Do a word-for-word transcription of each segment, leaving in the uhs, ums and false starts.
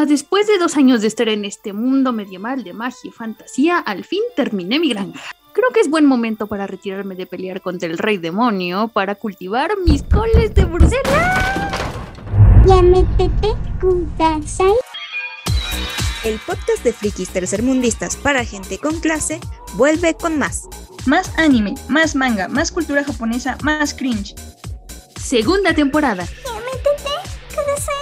Ah, después de dos años de estar en este mundo medieval de magia y fantasía, al fin terminé mi granja. Creo que es buen momento para retirarme de pelear contra el rey demonio para cultivar mis coles de Bruselas. Yametete kudasai. El podcast de frikis tercermundistas para gente con clase vuelve con más. Más anime, más manga, más cultura japonesa, más cringe. Segunda temporada. Yametete kudasai.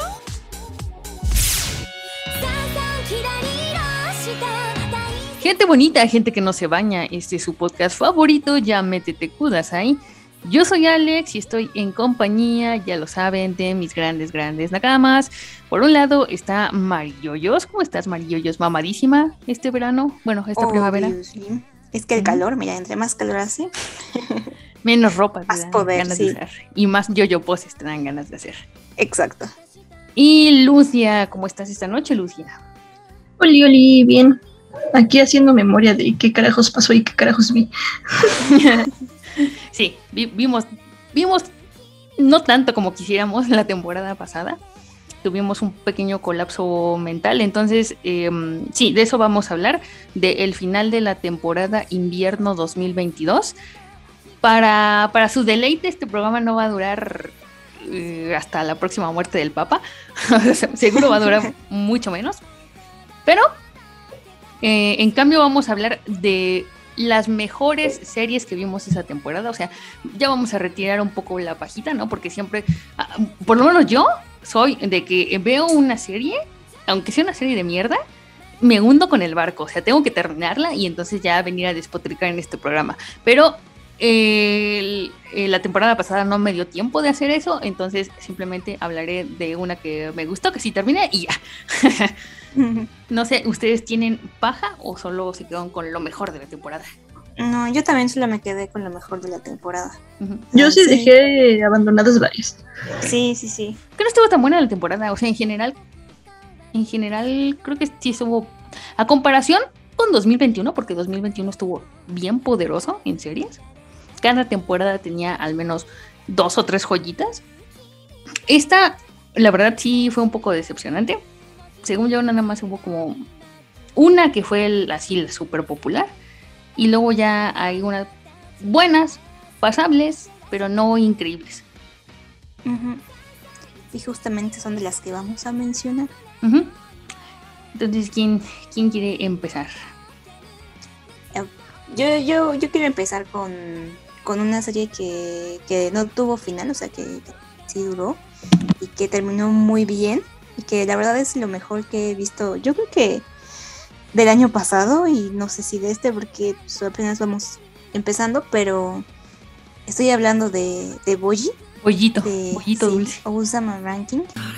Gente bonita, gente que no se baña, este es su podcast favorito, Yametete kudasai. Yo soy Alex y estoy en compañía, ya lo saben, de mis grandes, grandes nakamas. Por un lado está Mariyoyos. ¿Cómo estás, Mariyoyos? ¿Mamadísima este verano? Bueno, esta oh, primavera. Dios mío. Es que el calor, mira, entre más calor hace, menos ropa más te dan poder, ganas sí. de hacer. Y más yoyo poses te dan ganas de hacer. Exacto. Y Lucia, ¿cómo estás esta noche, Lucia? Oli, oli, bien. Aquí haciendo memoria de qué carajos pasó y qué carajos vi. Sí, vi- vimos, vimos no tanto como quisiéramos la temporada pasada. Tuvimos un pequeño colapso mental, entonces eh, sí, de eso vamos a hablar, del final de la temporada invierno dos mil veintidós. Para, para su deleite, este programa no va a durar eh, hasta la próxima muerte del Papa. Seguro va a durar mucho menos. Pero, eh, en cambio, vamos a hablar de las mejores series que vimos esa temporada. O sea, ya vamos a retirar un poco la pajita, ¿no? Porque siempre, ah, por lo menos yo, soy de que veo una serie, aunque sea una serie de mierda, me hundo con el barco. O sea, tengo que terminarla y entonces ya venir a despotricar en este programa. Pero eh, el, eh, la temporada pasada no me dio tiempo de hacer eso, entonces simplemente hablaré de una que me gustó, que sí terminé y ya. No sé, ¿ustedes tienen paja o solo se quedaron con lo mejor de la temporada? No, yo también solo me quedé con lo mejor de la temporada. Uh-huh. Yo sí, Sí. dejé abandonadas varias. Sí, sí, sí. Que no estuvo tan buena la temporada, o sea, en general, en general creo que sí estuvo, a comparación con dos mil veintiuno, porque dos mil veintiuno estuvo bien poderoso en series. Cada temporada tenía al menos dos o tres joyitas. Esta, la verdad, sí fue un poco decepcionante. Según yo, nada más hubo como una que fue el, así la súper popular. Y luego ya hay unas buenas, pasables, pero no increíbles. Uh-huh. Y justamente son de las que vamos a mencionar. Uh-huh. Entonces, ¿quién, ¿quién quiere empezar? Yo, yo, yo quiero empezar con, con una serie que, que no tuvo final, o sea que, que sí duró y que terminó muy bien y que la verdad es lo mejor que he visto, yo creo que del año pasado y no sé si de este porque pues, apenas vamos empezando, pero estoy hablando de, de Boji, Bollito, de bollito sí, dulce. Osama Ranking.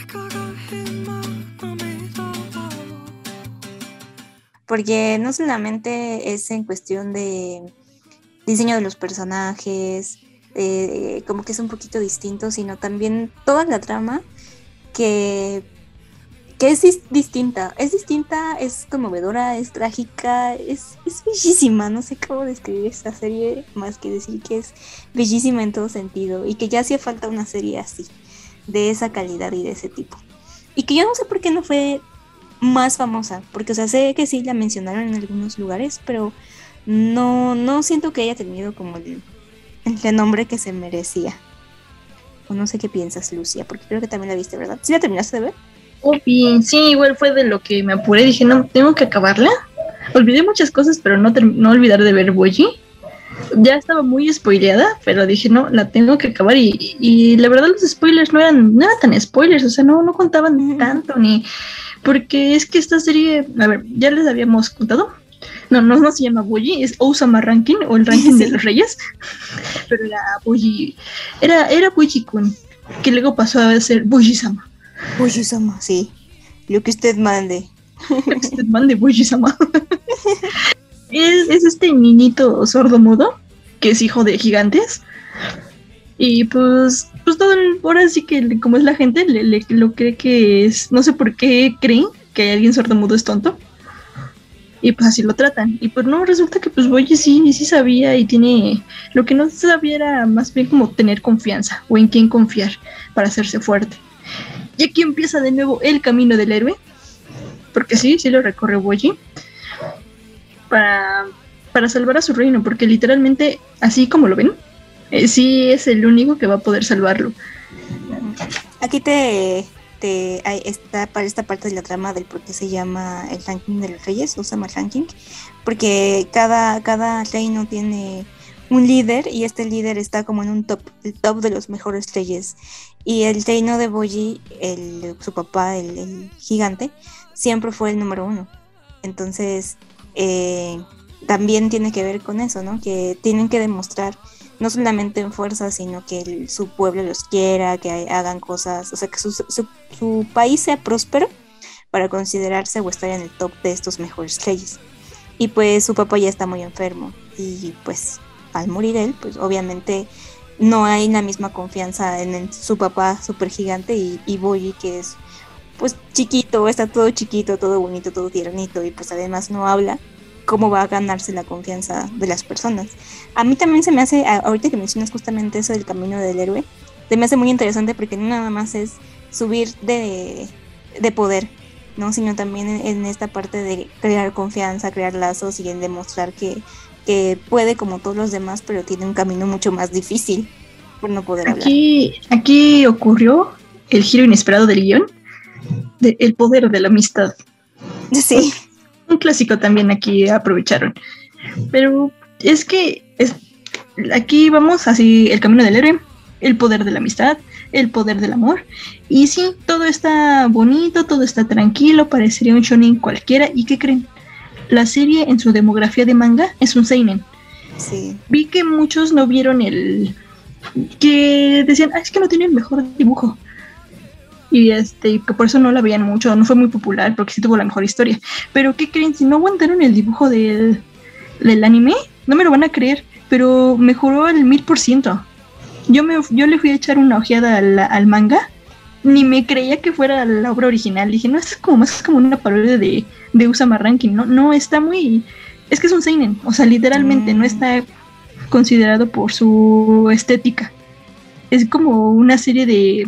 Porque no solamente es en cuestión de diseño de los personajes, eh, como que es un poquito distinto, sino también toda la trama que, que es dis- distinta. Es distinta, es conmovedora, es trágica, es, es bellísima. No sé cómo describir esta serie más que decir que es bellísima en todo sentido y que ya hacía falta una serie así, de esa calidad y de ese tipo. Y que yo no sé por qué no fue más famosa, porque o sea, sé que sí la mencionaron en algunos lugares, pero no, no siento que haya tenido como el, el renombre que se merecía. O no sé qué piensas, Lucia, porque creo que también la viste, ¿verdad? ¿Sí la terminaste de ver? Oh, bien, sí, igual fue de lo que me apuré. Dije, no, tengo que acabarla. Olvidé muchas cosas, pero no, ter- no olvidar de ver Boji. Ya estaba muy spoileada, pero dije, no, la tengo que acabar. Y, y la verdad, los spoilers no eran, no eran tan spoilers, o sea, no, no contaban Ujú. tanto, ni. Porque es que esta serie, a ver, ya les habíamos contado. No, no, no se llama Boji, es Osama Ranking o el ranking Sí. de los reyes. Pero era Boji, era, era Boji-kun, que luego pasó a ser Boji-sama. Boji-sama, sí. Lo que usted mande. Usted mande Boji-sama. es, es este niñito sordo-mudo, que es hijo de gigantes. Y pues, pues todo el, ahora sí que como es la gente, le, le, lo cree que es, no sé por qué creen que alguien sordo-mudo es tonto. Y pues así lo tratan. Y pues no, resulta que pues Boyi sí, sí sabía y tiene, lo que no sabía era más bien como tener confianza o en quién confiar para hacerse fuerte. Y aquí empieza de nuevo el camino del héroe. porque sí, sí lo recorre Boji, para, para salvar a su reino, porque literalmente, así como lo ven, eh, sí es el único que va a poder salvarlo. Aquí te, te hay esta, para esta parte de la trama del por qué se llama el ranking de los reyes, Osama Ranking, porque cada, cada reino tiene un líder y este líder está como en un top, el top de los mejores reyes. Y el reino de Boji, el, su papá, el, el gigante, siempre fue el número uno. Entonces, eh, también tiene que ver con eso, ¿no? Que tienen que demostrar no solamente en fuerza, sino que el, su pueblo los quiera, que hay, hagan cosas, o sea, que su, su, su país sea próspero para considerarse o estar en el top de estos mejores reyes. Y pues su papá ya está muy enfermo y pues al morir él, pues obviamente no hay la misma confianza en el, su papá súper gigante y, y Boji, que es pues chiquito, está todo chiquito, todo bonito, todo tiernito y pues además no habla. ¿Cómo va a ganarse la confianza de las personas? A mí también se me hace, ahorita que mencionas justamente eso del camino del héroe, se me hace muy interesante porque no nada más es subir de, de poder, ¿no? Sino también en, en esta parte de crear confianza, crear lazos y en demostrar que, que puede como todos los demás, pero tiene un camino mucho más difícil por no poder aquí, hablar. Aquí ocurrió el giro inesperado del guión, de el poder de la amistad. Sí. Un clásico también aquí aprovecharon. Pero es que es, aquí vamos así, el camino del héroe, el poder de la amistad, el poder del amor. Y sí, todo está bonito, todo está tranquilo, parecería un shonen cualquiera. ¿Y qué creen? La serie en su demografía de manga es un seinen. Sí. Vi que muchos no vieron el... que decían, ah, es que no tiene el mejor dibujo. Y este, que por eso no la veían mucho, no fue muy popular, porque sí tuvo la mejor historia. Pero ¿qué creen? Si no aguantaron el dibujo del, del anime, no me lo van a creer, pero mejoró al mil por ciento. Yo me yo le fui a echar una ojeada al, al manga, ni me creía que fuera la obra original. Dije, no, es como más como una parodia de, de Osama Ranking, no, no, está muy... Es que es un seinen, o sea, literalmente mm. no está considerado por su estética. Es como una serie de...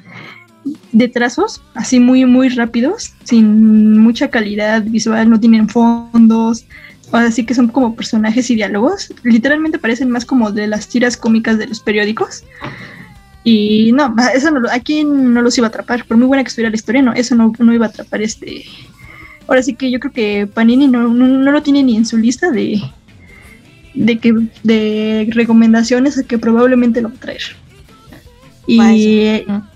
de trazos, así muy muy rápidos, sin mucha calidad visual, no tienen fondos, así que son como personajes y diálogos, literalmente parecen más como de las tiras cómicas de los periódicos, y no, eso no, aquí no los iba a atrapar, por muy buena que estuviera la historia, no, eso no, no iba a atrapar este, ahora sí que yo creo que Panini no, no, no lo tiene ni en su lista de de que de recomendaciones a que probablemente lo va a traer. Y Vaya.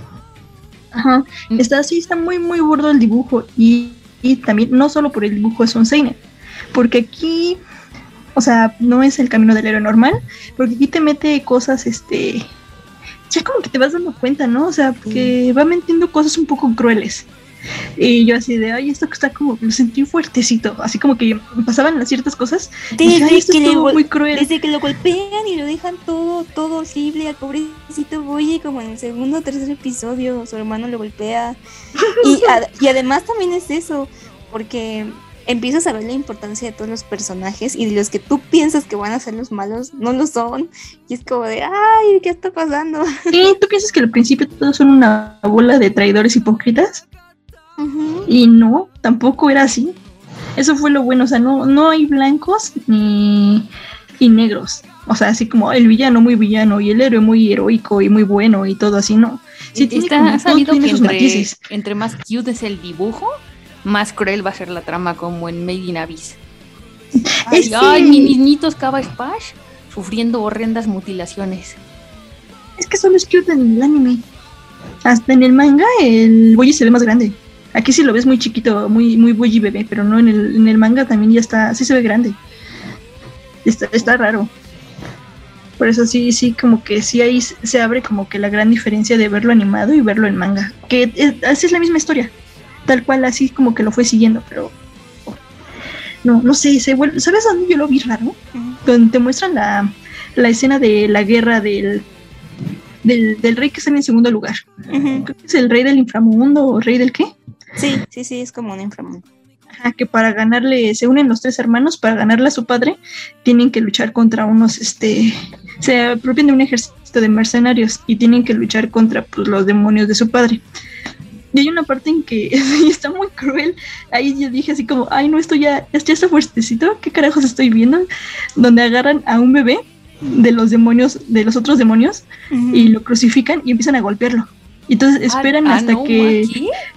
Ajá, está así, está muy muy burdo el dibujo y, y también no solo por el dibujo es un seinen, porque aquí, o sea, no es el camino del héroe normal, porque aquí te mete cosas, este, ya como que te vas dando cuenta, ¿no? O sea, que va metiendo cosas un poco crueles. Y yo así de, ay, esto que está como, lo sentí fuertecito, así como que pasaban las ciertas cosas. Desde, y dije, ay, esto que es todo muy cruel. Desde que lo golpean y lo dejan todo, todo horrible al pobrecito Boji, como en el segundo o tercer episodio, su hermano lo golpea. Y, a, y además también es eso, porque empiezas a ver la importancia de todos los personajes y de los que tú piensas que van a ser los malos, no lo son. Y es como de, ay, ¿qué está pasando? Sí, ¿tú piensas que al principio todos son una bola de traidores hipócritas? Uh-huh. Y no, tampoco era así. Eso fue lo bueno, o sea, no, no hay blancos ni y negros. O sea, así como el villano muy villano y el héroe muy heroico y muy bueno y todo así, no. Sí, tiene está como, sabido que entre, entre más cute es el dibujo, más cruel va a ser la trama, como en Made in Abyss. Ay, este... ay, mis niñitos Kaba Spash sufriendo horrendas mutilaciones. Es que solo es cute en el anime. Hasta en el manga el Boji se ve más grande. Aquí sí lo ves muy chiquito, muy muy Boji bebé, pero no en el en el manga también ya está, sí se ve grande. Está, está raro. Por eso sí, sí, como que sí ahí se abre como que la gran diferencia de verlo animado y verlo en manga. Que es, así es la misma historia, tal cual, así como que lo fue siguiendo, pero no, no sé, se vuelve, ¿sabes dónde yo lo vi raro? Uh-huh. Donde te muestran la, la escena de la guerra del del, del rey que está en el segundo lugar. Uh-huh. Creo que es el rey del inframundo o rey del ¿qué? Sí, sí, sí, es como un inframundo. Ajá, que para ganarle, se unen los tres hermanos, para ganarle a su padre, tienen que luchar contra unos, este, se apropian de un ejército de mercenarios y tienen que luchar contra pues, los demonios de su padre. Y hay una parte en que está muy cruel. Ahí yo dije así como, ay no, esto ya, ya está fuertecito, ¿qué carajos estoy viendo? Donde agarran a un bebé de los demonios, de los otros demonios, uh-huh. y lo crucifican y empiezan a golpearlo. Y entonces esperan ah, hasta ah, no, que...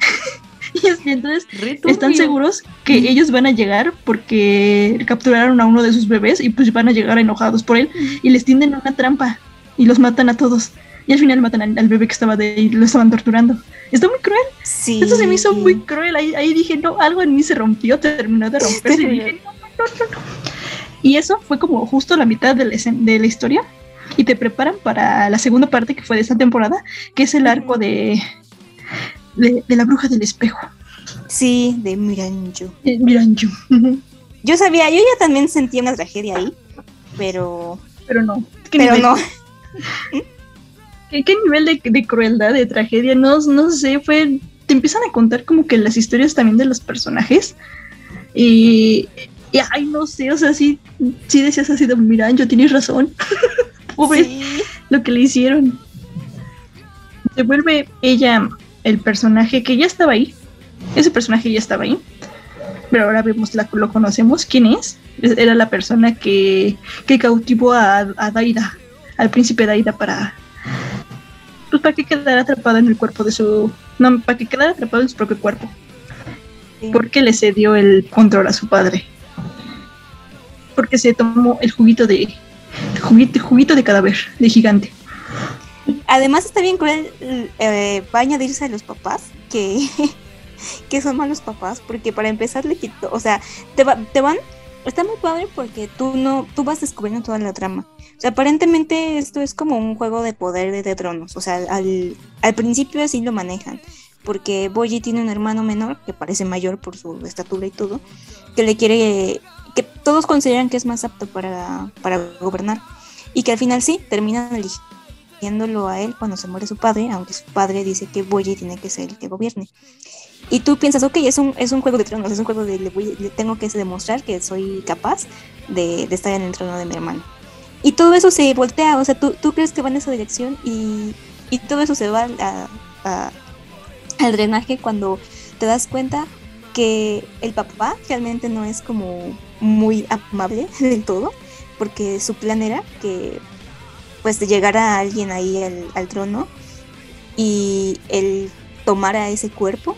y entonces Returbio. Están seguros que uh-huh. ellos van a llegar porque capturaron a uno de sus bebés y pues van a llegar enojados por él uh-huh. y les tienden una trampa y los matan a todos. Y al final matan al, al bebé que estaba de ahí y lo estaban torturando. Está muy cruel. Sí. Eso se me hizo muy cruel. Ahí, ahí dije, no, algo en mí se rompió, terminó de romperse. Y dije, no, no, no, no. Y eso fue como justo la mitad de la, de la historia. Y te preparan para la segunda parte que fue de esta temporada, que es el arco de, de, de la bruja del espejo. Sí, de Miranjo. Eh, Miranjo. Uh-huh. Yo sabía, yo ya también sentía una tragedia ahí, pero... Pero no. Pero nivel? no. ¿Qué, qué nivel de, de crueldad, de tragedia? No, no sé, fue... Te empiezan a contar como que las historias también de los personajes. Y... y ay, no sé, o sea, sí, sí decías así de Miranjo, tienes razón. Pobre, sí. Lo que le hicieron. Se vuelve ella el personaje que ya estaba ahí. Ese personaje ya estaba ahí. Pero ahora vemos, la, lo conocemos. ¿Quién es? Era la persona que, que cautivó a, a Daida, al príncipe Daida para... Pues para que quedara atrapado en el cuerpo de su... No, para que quedara atrapado en su propio cuerpo. Sí. Porque le cedió el control a su padre. Porque se tomó el juguito de... Juguito, juguito de cadáver, de gigante. Además está bien cruel, eh, va a añadirse a los papás que, que son malos papás, porque para empezar le quitó, o sea, te, va, te van, está muy padre porque tú no, tú vas descubriendo toda la trama. O sea, aparentemente esto es como un juego de poder de, de tronos, o sea, al, al principio así lo manejan, porque Boji tiene un hermano menor que parece mayor por su estatura y todo, que le quiere... que todos consideran que es más apto para, para gobernar, y que al final sí, terminan eligiéndolo a él cuando se muere su padre, aunque su padre dice que Boji tiene que ser el que gobierne. Y tú piensas, ok, es un, es un juego de tronos, es un juego de le, voy, le tengo que demostrar que soy capaz de, de estar en el trono de mi hermano. Y todo eso se voltea, o sea, tú, tú crees que va en esa dirección y, y todo eso se va a, a, al drenaje cuando te das cuenta que el papá realmente no es como muy amable del todo, porque su plan era que pues llegara alguien ahí al, al trono y él tomara ese cuerpo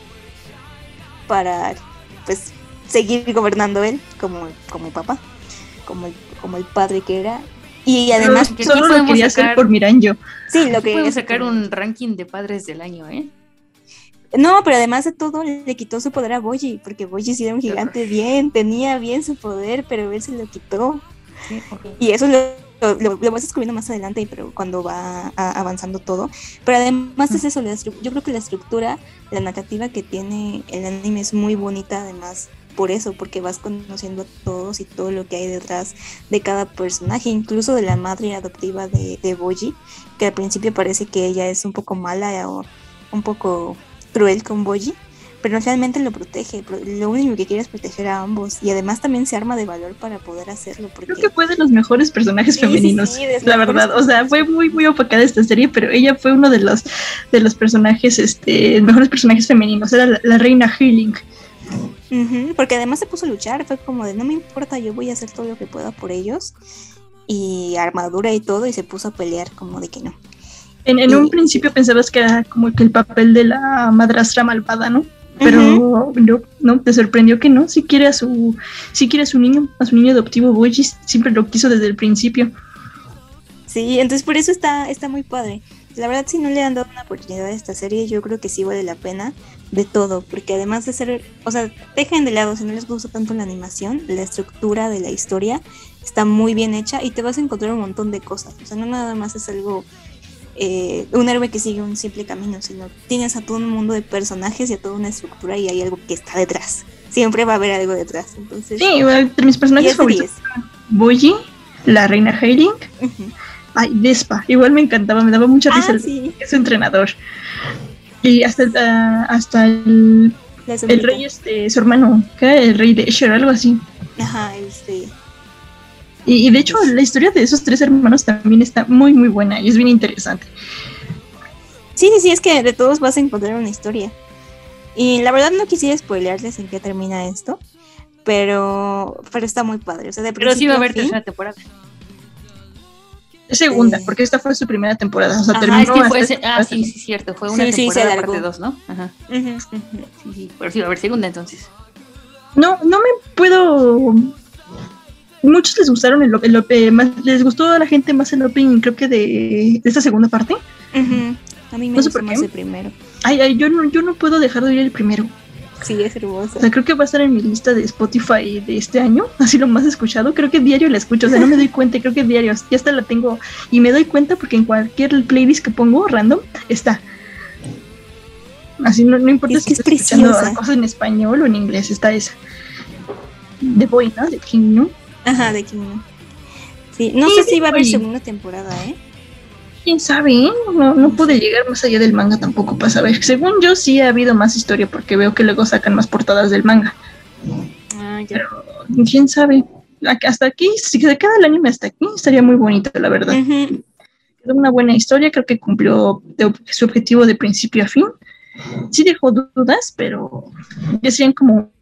para pues seguir gobernando él como, como papá, como el, como el padre que era. Y además no, solo lo quería sacar, hacer por Miranjo. Sí, lo que podemos sacar un ranking de padres del año, ¿eh? No, pero además de todo le quitó su poder a Boji, porque Boji sí era un gigante bien, tenía bien su poder, pero él se lo quitó. Sí, okay. Y eso lo, lo, lo vas descubriendo más adelante, pero cuando va a, avanzando todo. Pero además es eso, la yo creo que la estructura, la narrativa que tiene el anime es muy bonita, además por eso, porque vas conociendo a todos y todo lo que hay detrás de cada personaje, incluso de la madre adoptiva de, de Boji, que al principio parece que ella es un poco mala o un poco cruel con Boji, pero realmente lo protege, lo único que quiere es proteger a ambos, y además también se arma de valor para poder hacerlo, porque... Creo que fue de los mejores personajes sí, femeninos, sí, sí, la verdad, o sea, fue muy muy opacada esta serie, pero ella fue uno de los de los personajes, este, mejores personajes femeninos, era la, la reina Healing. Uh-huh, porque además se puso a luchar, fue como de no me importa, yo voy a hacer todo lo que pueda por ellos, y armadura y todo, y se puso a pelear como de que no. En, en y, un principio pensabas que era como que el papel de la madrastra malvada, ¿no? Pero uh-huh. no, no, te sorprendió que no, si quiere a su, si quiere a su niño, a su niño adoptivo. Boji siempre lo quiso desde el principio. Sí, entonces por eso está, está muy padre. La verdad, si no le han dado una oportunidad a esta serie, yo creo que sí vale la pena de todo, porque además de ser, o sea, dejen de lado si no les gusta tanto la animación, la estructura de la historia está muy bien hecha y te vas a encontrar un montón de cosas, o sea, no nada más es algo, eh, un héroe que sigue un simple camino, sino tienes a todo un mundo de personajes y a toda una estructura y hay algo que está detrás, siempre va a haber algo detrás, entonces... Sí, entre mis personajes favoritos, Boji, la reina Healing, uh-huh. Ay, Despa, igual me encantaba, me daba mucha risa, ah, el, sí. su entrenador. Y hasta el, uh, hasta el, el rey, este, su hermano, ¿qué? El rey de Escher, algo así. Ajá, este. Y, y de hecho, la historia de esos tres hermanos también está muy, muy buena y es bien interesante. Sí, sí, sí, es que de todos vas a encontrar una historia. Y la verdad no quisiera spoilearles en qué termina esto, pero, pero está muy padre. O sea, de Pero sí va a haber fin, tercera temporada. Es segunda, Eh. porque esta fue su primera temporada. O sea, Ajá, terminó es que fue hasta ese- esta ah, sí, temporada. sí, cierto. Fue una Sí, sí, se temporada alargó. parte dos, ¿no? Ajá. Ujú, ujú. Sí, sí. Pero sí va a haber segunda entonces. No, no me puedo. Muchos les gustaron el, el, el más, les gustó a la gente más el opening, creo que de, de esta segunda parte. Ujú. A mí me No sé gusta por más qué. el primero. Ay, ay, yo no, yo no puedo dejar de oír el primero. Sí, es hermoso. O sea, creo que va a estar en mi lista de Spotify de este año, así lo más escuchado. Creo que diario la escucho, o sea, no me doy cuenta, creo que diario, ya hasta la tengo. Y me doy cuenta porque en cualquier playlist que pongo, random, está. Así no, no importa Es si que es estoy escuchando preciosa. cosas en español o en inglés, está esa. The Boy, ¿no? De King, ¿no? Ajá, de Kingdom. Sí, no Sí, sé si va a haber sí. segunda temporada, ¿eh? ¿Quién sabe? ¿eh? No, no pude llegar más allá del manga tampoco para saber. Según yo, sí ha habido más historia porque veo que luego sacan más portadas del manga. Ah, ya. Pero, ¿quién sabe? Hasta aquí, si se queda el anime hasta aquí, estaría muy bonito, la verdad. Ujú. Quedó una buena historia, creo que cumplió de- su objetivo de principio a fin. Sí dejó dudas, pero ya serían como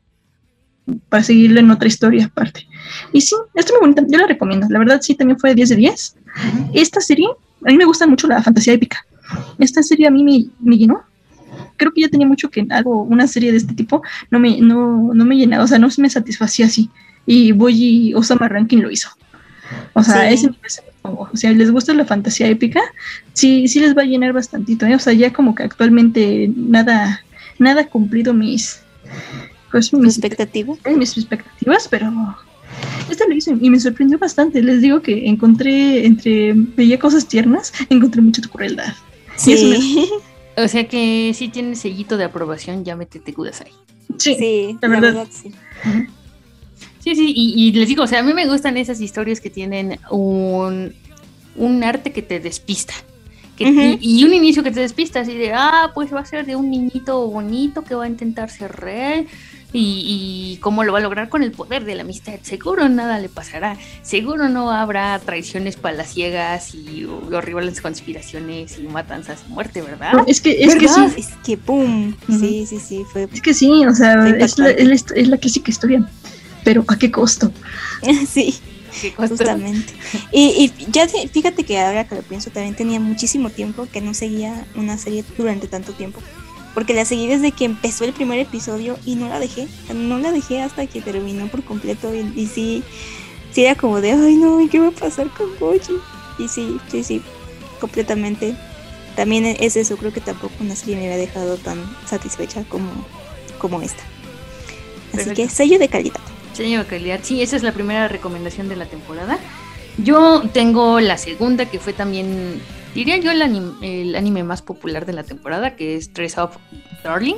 para seguirle en otra historia aparte. Y sí, está muy bonita, yo la recomiendo. La verdad, sí, también fue diez de diez. Esta serie, a mí me gusta mucho la fantasía épica. Esta serie a mí me, me llenó. Creo que ya tenía mucho que algo, una serie de este tipo, no me, no, no me llenaba, o sea, no me satisfacía así. Y Boji Osama Rankin lo hizo. O sea, Sí. ese nivel se lo pongo. O sea, les gusta la fantasía épica, sí, sí les va a llenar bastantito, ¿eh? O sea, ya como que actualmente nada, nada ha cumplido mis, pues, ¿Tu mis, expectativa? eh, mis expectativas, pero esta lo hizo y me sorprendió bastante. Les digo que encontré, entre, veía cosas tiernas, encontré mucha crueldad. Y eso me- Sí, O sea que sí tiene sellito de aprobación, ya métete Kudasai. sí, sí, la la verdad. verdad, sí. Sí, sí, y, y les digo, o sea, a mí me gustan esas historias que tienen un, un arte que te despista. Que, Ujú. y, y un inicio que te despista, así de, ah, pues va a ser de un niñito bonito que va a intentar ser rey. Y, y cómo lo va a lograr con el poder de la amistad. Seguro nada le pasará. Seguro no habrá traiciones palaciegas y horribles conspiraciones y matanzas y muerte, ¿verdad? No, es que, es que ¿Verdad? sí, Es que pum. Ujú. Sí, sí, sí, fue. es que sí, o sea, Fue es la, impactante. es, la, hist- es la clásica historia. Pero ¿a qué costo? Sí, Qué costo. justamente. Y, y ya te- fíjate que ahora que lo pienso, también tenía muchísimo tiempo que no seguía una serie durante tanto tiempo. Porque la seguí desde que empezó el primer episodio y no la dejé. No la dejé hasta que terminó por completo. Y, y sí, sí era como de, ay no, ¿y qué va a pasar con Boji? Y sí, sí, sí, completamente. También es eso, creo que tampoco una serie me había dejado tan satisfecha como, como esta. Así Perfecto. que sello de calidad. Sello de calidad. Sí, esa es la primera recomendación de la temporada. Yo tengo la segunda, que fue también, diría yo, el anime, el anime más popular de la temporada, que es Dress Up Darling.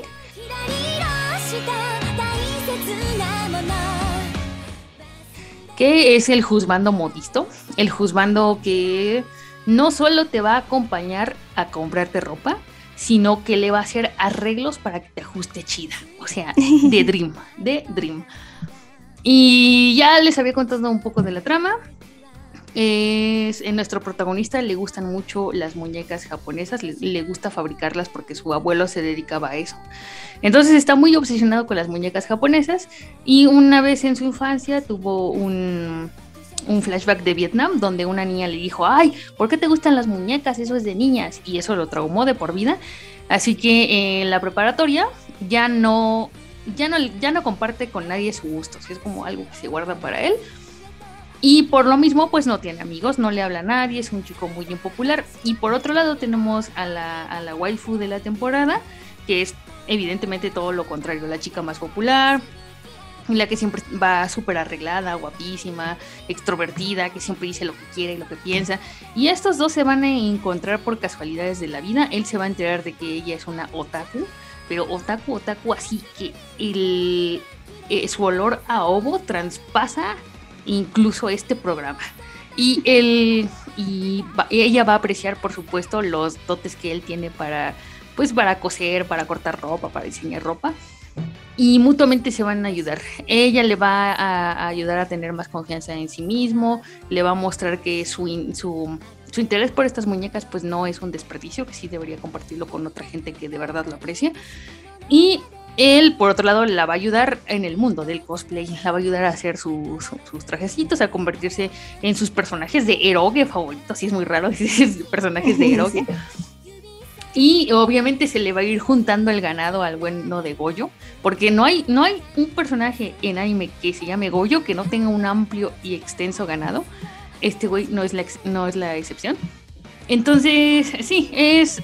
Que es el juzgando modisto. El juzgando que no solo te va a acompañar a comprarte ropa, sino que le va a hacer arreglos para que te ajuste chida. O sea, de Dream, de Dream. Y ya les había contado un poco de la trama. Es, en nuestro protagonista le gustan mucho las muñecas japonesas, le, le gusta fabricarlas porque su abuelo se dedicaba a eso. Entonces está muy obsesionado con las muñecas japonesas y una vez en su infancia tuvo un, un flashback de Vietnam donde una niña le dijo, ay, ¿por qué te gustan las muñecas? Eso es de niñas, y eso lo traumó de por vida. Así que en la preparatoria ya no, ya no, ya no comparte con nadie su gusto, es como algo que se guarda para él. Y por lo mismo, pues no tiene amigos, no le habla a nadie, es un chico muy impopular. Y por otro lado tenemos a la, a la waifu de la temporada, que es evidentemente todo lo contrario, la chica más popular, la que siempre va súper arreglada, guapísima, extrovertida, que siempre dice lo que quiere y lo que piensa. Y estos dos se van a encontrar por casualidades de la vida. Él se va a enterar de que ella es una otaku, pero otaku, otaku así que el, eh, su olor a ovo traspasa incluso este programa. Y él y va, ella va a apreciar, por supuesto, los dotes que él tiene para, pues, para coser, para cortar ropa, para diseñar ropa. Y mutuamente se van a ayudar. Ella le va a, a ayudar a tener más confianza en sí mismo, le va a mostrar que su, su, su interés por estas muñecas pues no es un desperdicio, que sí debería compartirlo con otra gente que de verdad lo aprecia. Y él, por otro lado, la va a ayudar en el mundo del cosplay, la va a ayudar a hacer su, su, sus trajecitos, a convertirse en sus personajes de eroge favoritos, sí es muy raro decir personajes de eroge. Y obviamente se le va a ir juntando el ganado al bueno de Goyo, porque no hay, no hay un personaje en anime que se llame Goyo que no tenga un amplio y extenso ganado. Este güey no es la, no es la excepción. Entonces, sí, es,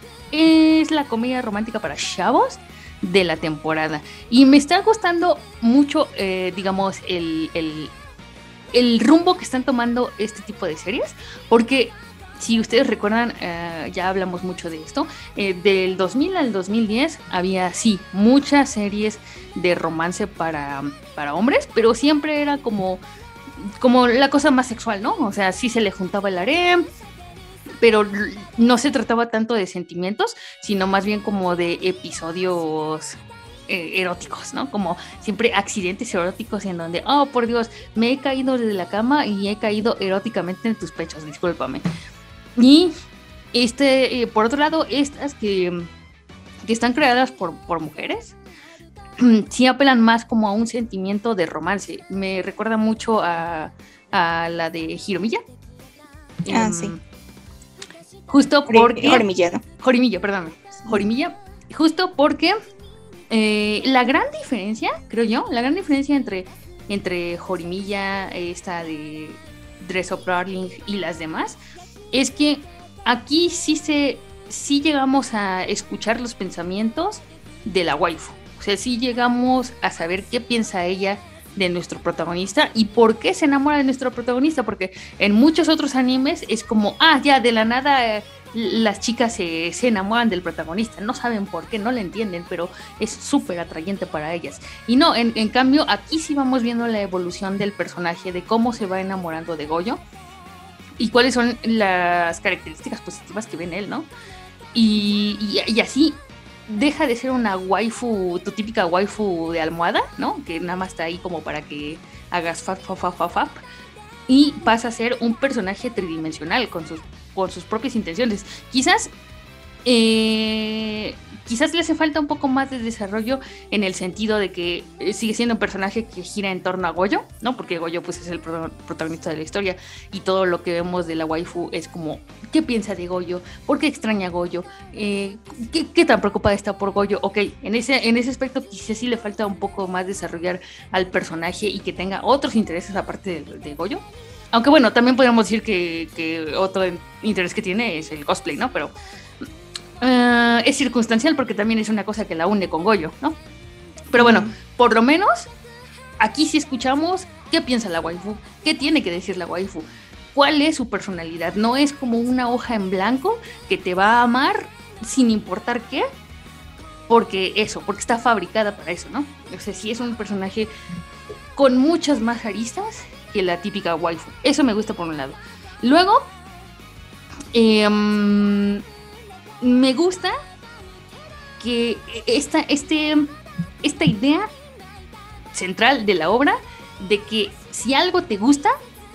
es la comedia romántica para chavos de la temporada. Y me está gustando mucho, eh, digamos, el, el, el rumbo que están tomando este tipo de series, porque si ustedes recuerdan, uh, ya hablamos mucho de esto, eh, del dos mil al dos mil diez había, sí, muchas series de romance para, para hombres, pero siempre era como, como la cosa más sexual, ¿no? O sea, sí se le juntaba el harem, pero no se trataba tanto de sentimientos, sino más bien como de episodios eh, eróticos, ¿no? Como siempre accidentes eróticos en donde, oh, por Dios, me he caído desde la cama y he caído eróticamente en tus pechos, discúlpame. Y este, eh, por otro lado, estas que, que están creadas por, por mujeres, sí apelan más como a un sentimiento de romance. Me recuerda mucho a, a la de Hiromilla. Ah, um, sí. Justo porque... Jorimilla, ¿no? Jorimilla, perdón. Jorimilla. Justo porque eh, la gran diferencia, creo yo, la gran diferencia entre, entre Jorimilla, esta de Dress Up Darling y las demás, es que aquí sí se sí llegamos a escuchar los pensamientos de la waifu. O sea, sí llegamos a saber qué piensa ella de nuestro protagonista y por qué se enamora de nuestro protagonista, porque en muchos otros animes es como, ah, ya, de la nada eh, las chicas se, se enamoran del protagonista, no saben por qué, no le entienden, pero es súper atrayente para ellas. Y no, en, en cambio, aquí sí vamos viendo la evolución del personaje, de cómo se va enamorando de Goyo y cuáles son las características positivas que ve en él, ¿no? Y, y, y así deja de ser una waifu, tu típica waifu de almohada, ¿no? Que nada más está ahí como para que hagas fap, fap, fap, fap, fap, y pasa a ser un personaje tridimensional con sus, con sus propias intenciones. Quizás eh, quizás le hace falta un poco más de desarrollo en el sentido de que sigue siendo un personaje que gira en torno a Goyo, ¿no? Porque Goyo pues es el pro- protagonista de la historia y todo lo que vemos de la waifu es como, ¿qué piensa de Goyo? ¿Por qué extraña a Goyo? Eh, ¿qué, ¿Qué tan preocupada está por Goyo? Ok, en ese, en ese aspecto quizás sí le falta un poco más desarrollar al personaje y que tenga otros intereses aparte de, de Goyo. Aunque bueno, también podríamos decir que, que otro interés que tiene es el cosplay, ¿no? Pero Uh, es circunstancial porque también es una cosa que la une con Goyo, ¿no? Pero bueno, mm. por lo menos aquí sí escuchamos qué piensa la waifu, qué tiene que decir la waifu, cuál es su personalidad. No es como una hoja en blanco que te va a amar sin importar qué, porque eso, porque está fabricada para eso, ¿no? O sea, sí es un personaje con muchas más aristas que la típica waifu. Eso me gusta por un lado. Luego, eh, um, me gusta que esta, este, esta idea central de la obra de que si algo te gusta,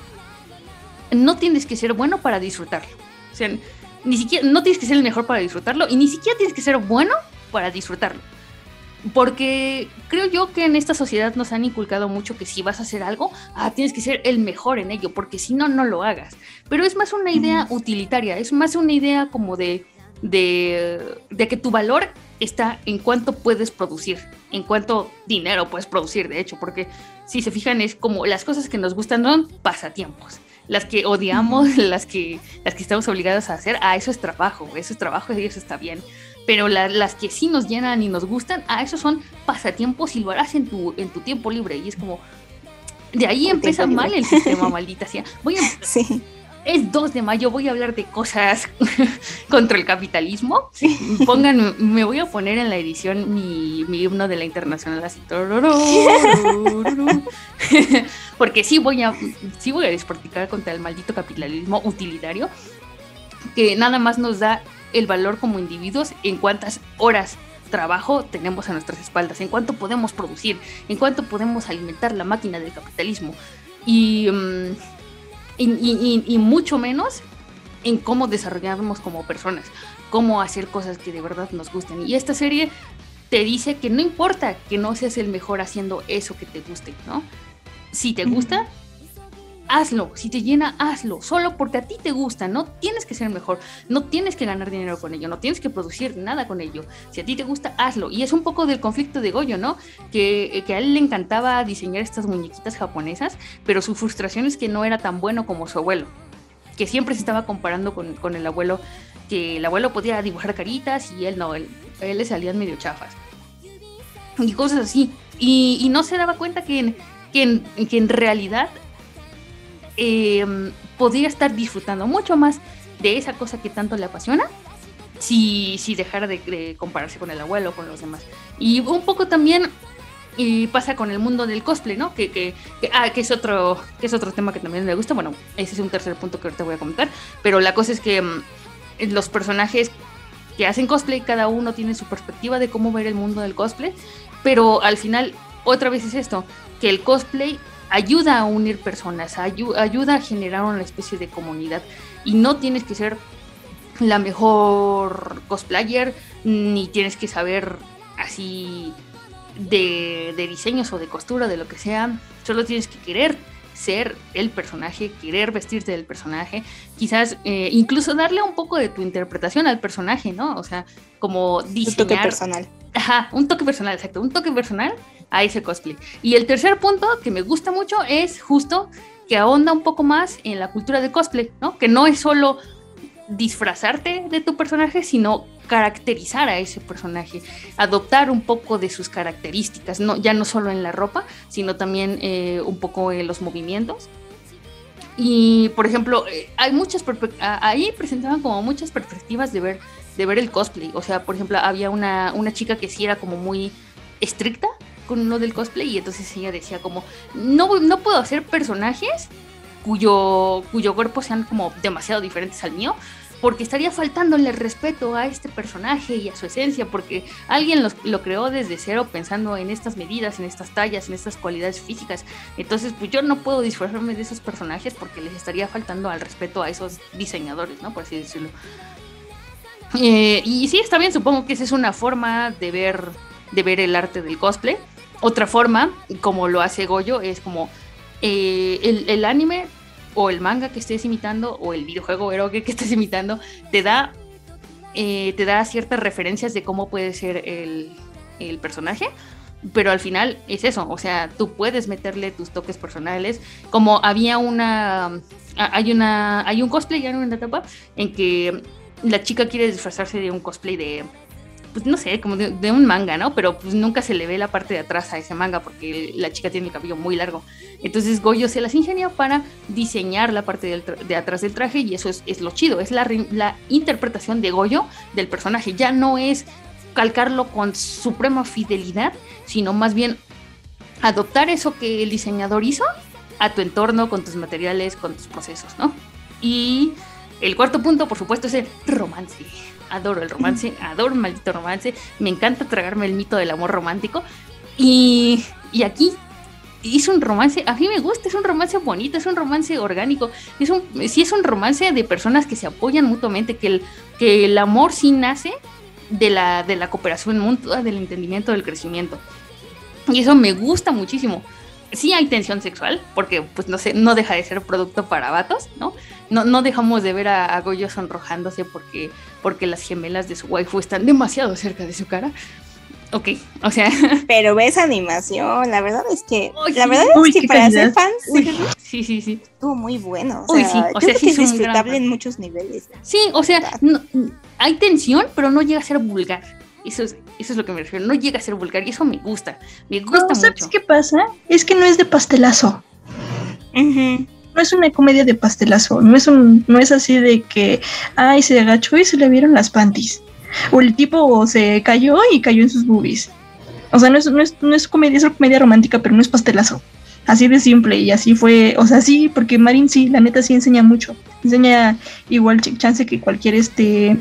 no tienes que ser bueno para disfrutarlo. O sea, ni siquiera, no tienes que ser el mejor para disfrutarlo y ni siquiera tienes que ser bueno para disfrutarlo. Porque creo yo que en esta sociedad nos han inculcado mucho que si vas a hacer algo, ah, tienes que ser el mejor en ello, porque si no, no lo hagas. Pero es más una idea utilitaria, es más una idea como de De, de que tu valor está en cuánto puedes producir, en cuánto dinero puedes producir, de hecho, porque si se fijan es como las cosas que nos gustan son pasatiempos, las que odiamos, mm. las que las que estamos obligados a hacer, ah, eso es trabajo, eso es trabajo y eso está bien, pero la, las que sí nos llenan y nos gustan, ah, esos son pasatiempos y lo harás en tu, en tu tiempo libre, y es como, de ahí un empieza mal libre. El sistema, maldita sea. Voy a... Sí. Es dos de mayo, voy a hablar de cosas contra el capitalismo. Pongan, me voy a poner en la edición mi, mi himno de la Internacional así. Porque sí voy a sí voy a despotricar contra el maldito capitalismo utilitario que nada más nos da el valor como individuos en cuántas horas trabajo tenemos a nuestras espaldas, en cuánto podemos producir, en cuánto podemos alimentar la máquina del capitalismo. Y... Um, Y, y, y mucho menos en cómo desarrollarnos como personas, cómo hacer cosas que de verdad nos gusten. Y esta serie te dice que no importa que no seas el mejor haciendo eso que te guste, ¿no? Si te gusta, hazlo. Si te llena, hazlo. Solo porque a ti te gusta. No tienes que ser mejor. No tienes que ganar dinero con ello. No tienes que producir nada con ello. Si a ti te gusta, hazlo. Y es un poco del conflicto de Goyo, ¿no? Que, que a él le encantaba diseñar estas muñequitas japonesas, pero su frustración es que no era tan bueno como su abuelo. Que siempre se estaba comparando con, con el abuelo, que el abuelo podía dibujar caritas y él no, él, a él le salían medio chafas. Y cosas así. Y, y no se daba cuenta que en, que en, que en realidad eh, podría estar disfrutando mucho más de esa cosa que tanto le apasiona si, si dejara de, de compararse con el abuelo o con los demás. Y un poco también y pasa con el mundo del cosplay, ¿no? Que, que, que, ah, que, es otro, que es otro tema que también me gusta. Bueno, ese es un tercer punto que ahorita voy a comentar. Pero la cosa es que um, los personajes que hacen cosplay, cada uno tiene su perspectiva de cómo ver el mundo del cosplay. Pero al final, otra vez es esto, que el cosplay ayuda a unir personas, ayu- ayuda a generar una especie de comunidad. Y no tienes que ser la mejor cosplayer, ni tienes que saber así de, de diseños o de costura, de lo que sea. Solo tienes que querer ser el personaje, querer vestirte del personaje, quizás eh, incluso darle un poco de tu interpretación al personaje, ¿no? O sea, como diseñar... Un toque personal. Ajá, un toque personal, exacto, un toque personal a ese cosplay. Y el tercer punto que me gusta mucho es justo que ahonda un poco más en la cultura de cosplay, ¿no? Que no es solo disfrazarte de tu personaje, sino caracterizar a ese personaje, adoptar un poco de sus características, no, ya no solo en la ropa, sino también eh, un poco en los movimientos. Y, por ejemplo, eh, hay muchas perpe- ahí presentaban como muchas perspectivas de ver, de ver el cosplay. O sea, por ejemplo, había una, una chica que sí era como muy estricta con uno del cosplay, y entonces ella decía como, no, no puedo hacer personajes cuyo, cuyo cuerpo sean como demasiado diferentes al mío, porque estaría faltándole el respeto a este personaje y a su esencia, porque alguien los, lo creó desde cero pensando en estas medidas, en estas tallas, en estas cualidades físicas. Entonces, pues yo no puedo disfrazarme de esos personajes porque les estaría faltando al respeto a esos diseñadores, ¿no? Por así decirlo. Eh, y sí, está bien, supongo que esa es una forma de ver, de ver el arte del cosplay. Otra forma, como lo hace Goyo, es como eh, el, el anime o el manga que estés imitando o el videojuego eroge que estés imitando te da, eh, te da ciertas referencias de cómo puede ser el, el personaje, pero al final es eso, o sea, tú puedes meterle tus toques personales, como había una, hay una, hay un cosplay ya en una etapa en que la chica quiere disfrazarse de un cosplay de, pues no sé, como de, de un manga, ¿no? Pero pues nunca se le ve la parte de atrás a ese manga porque la chica tiene el cabello muy largo. Entonces Goyo se las ingenia para diseñar la parte del tra- de atrás del traje, y eso es, es lo chido, es la, re- la interpretación de Goyo del personaje. Ya no es calcarlo con suprema fidelidad, sino más bien adoptar eso que el diseñador hizo a tu entorno, con tus materiales, con tus procesos, ¿no? Y el cuarto punto, por supuesto, es el romance. Adoro el romance, adoro el maldito romance. Me encanta tragarme el mito del amor romántico. Y, y aquí es un romance, a mí me gusta, es un romance bonito, es un romance orgánico. Es un, sí, es un romance de personas que se apoyan mutuamente, que el, que el amor sí nace de la, de la cooperación mutua, del entendimiento, del crecimiento. Y eso me gusta muchísimo. Sí hay tensión sexual, porque pues no sé, no deja de ser producto para vatos, ¿no? No, no dejamos de ver a, a Goyo sonrojándose porque, porque las gemelas de su waifu están demasiado cerca de su cara. Ok, o sea... Pero ves animación, la verdad es que... Uy, la sí. verdad Uy, es que qué para calidad. ser fans Uy, sí, sí, sí. estuvo muy bueno. O Uy, sea, sí, o yo sea, creo sí que es es un gran disfrutable fan. en muchos niveles. Sí, o sea, no, hay tensión, pero no llega a ser vulgar. Eso es, eso es lo que me refiero, no llega a ser vulgar, y eso me gusta, me gusta No, ¿sabes mucho. qué pasa? Es que no es de pastelazo. Uh-huh. No es una comedia de pastelazo. No es un, no es así de que, ay, se agachó y se le vieron las panties. O el tipo se cayó y cayó en sus boobies. O sea, no es, no es, no es comedia, es una comedia romántica, pero no es pastelazo. Así de simple, y así fue. O sea, sí, porque Marin sí, la neta sí enseña mucho. Enseña igual ch- chance que cualquier este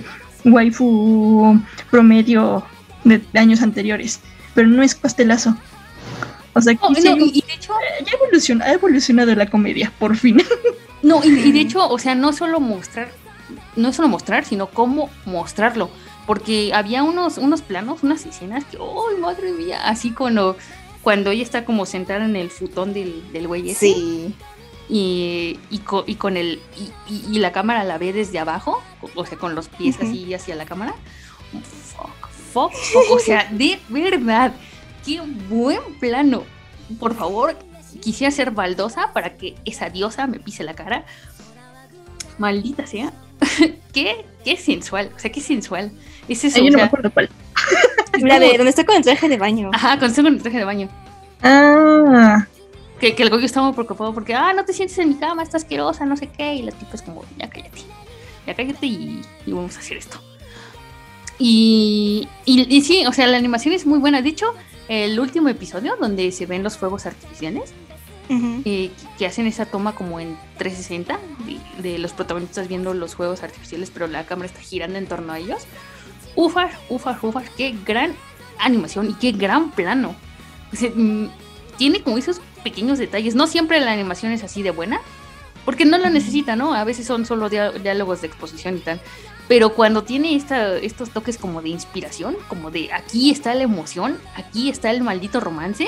waifu promedio de, de años anteriores. Pero no es pastelazo. O sea, No, aquí sí no, hay- y, y de hecho, ya evoluciona, ha evolucionado la comedia, por fin. no, y, y de hecho, o sea, no solo mostrar no es solo mostrar, sino cómo mostrarlo. Porque había unos, unos planos, unas escenas que, ¡ay, madre mía! Así cuando, cuando ella está como sentada en el futón del, del güey ese. Sí. Y, y, con, y con el y, y, y la cámara la ve desde abajo, o sea, con los pies uh-huh. así hacia la cámara. Fuck, fuck, fuck. O sea, de verdad, qué buen plano. Por favor, quisiera ser baldosa para que esa diosa me pise la cara. Maldita sea. qué, qué sensual, o sea, qué sensual. Es eso. Ay, yo o no sea, me acuerdo cuál. La de donde está con el traje de baño. Ajá, cuando está con el traje de baño. Ah. Que, que el Goyo estaba muy preocupado porque, ah, no te sientes en mi cama, está asquerosa, no sé qué. Y la tipa es como, ya cállate, ya cállate y, y vamos a hacer esto. Y, y, y sí, o sea, la animación es muy buena. De hecho, el último episodio donde se ven los fuegos artificiales, uh-huh. eh, que, que hacen esa toma como en trescientos sesenta de, de los protagonistas viendo los fuegos artificiales, pero la cámara está girando en torno a ellos. Ufas, ufas, ufas, qué gran animación y qué gran plano. O sea, m- tiene como esos pequeños detalles. No siempre la animación es así de buena, porque no la necesita, ¿no? A veces son solo dia- diálogos de exposición y tal. Pero cuando tiene esta, estos toques como de inspiración, como de aquí está la emoción, aquí está el maldito romance,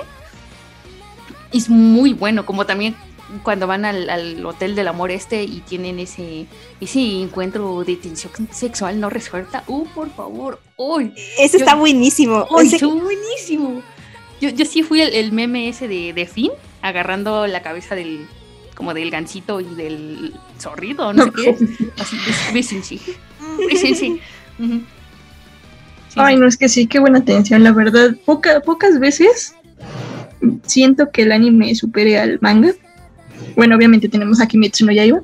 es muy bueno. Como también cuando van al, al hotel del amor este y tienen ese, ese encuentro de tensión sexual no resuelta. ¡Uh, por favor! ¡Uy! Ese yo, está buenísimo. ¡Uy, ese... está buenísimo! Yo, yo sí fui el, el meme ese de, de Finn, agarrando la cabeza del, como del gansito y del zorrito, no sé qué. Así, bésense. Bésense. Uh-huh. Sí, Ay, sí. no, es que sí, qué buena atención, la verdad. Poca, pocas veces siento que el anime supere al manga. Bueno, obviamente tenemos a Kimetsu no Yaiba,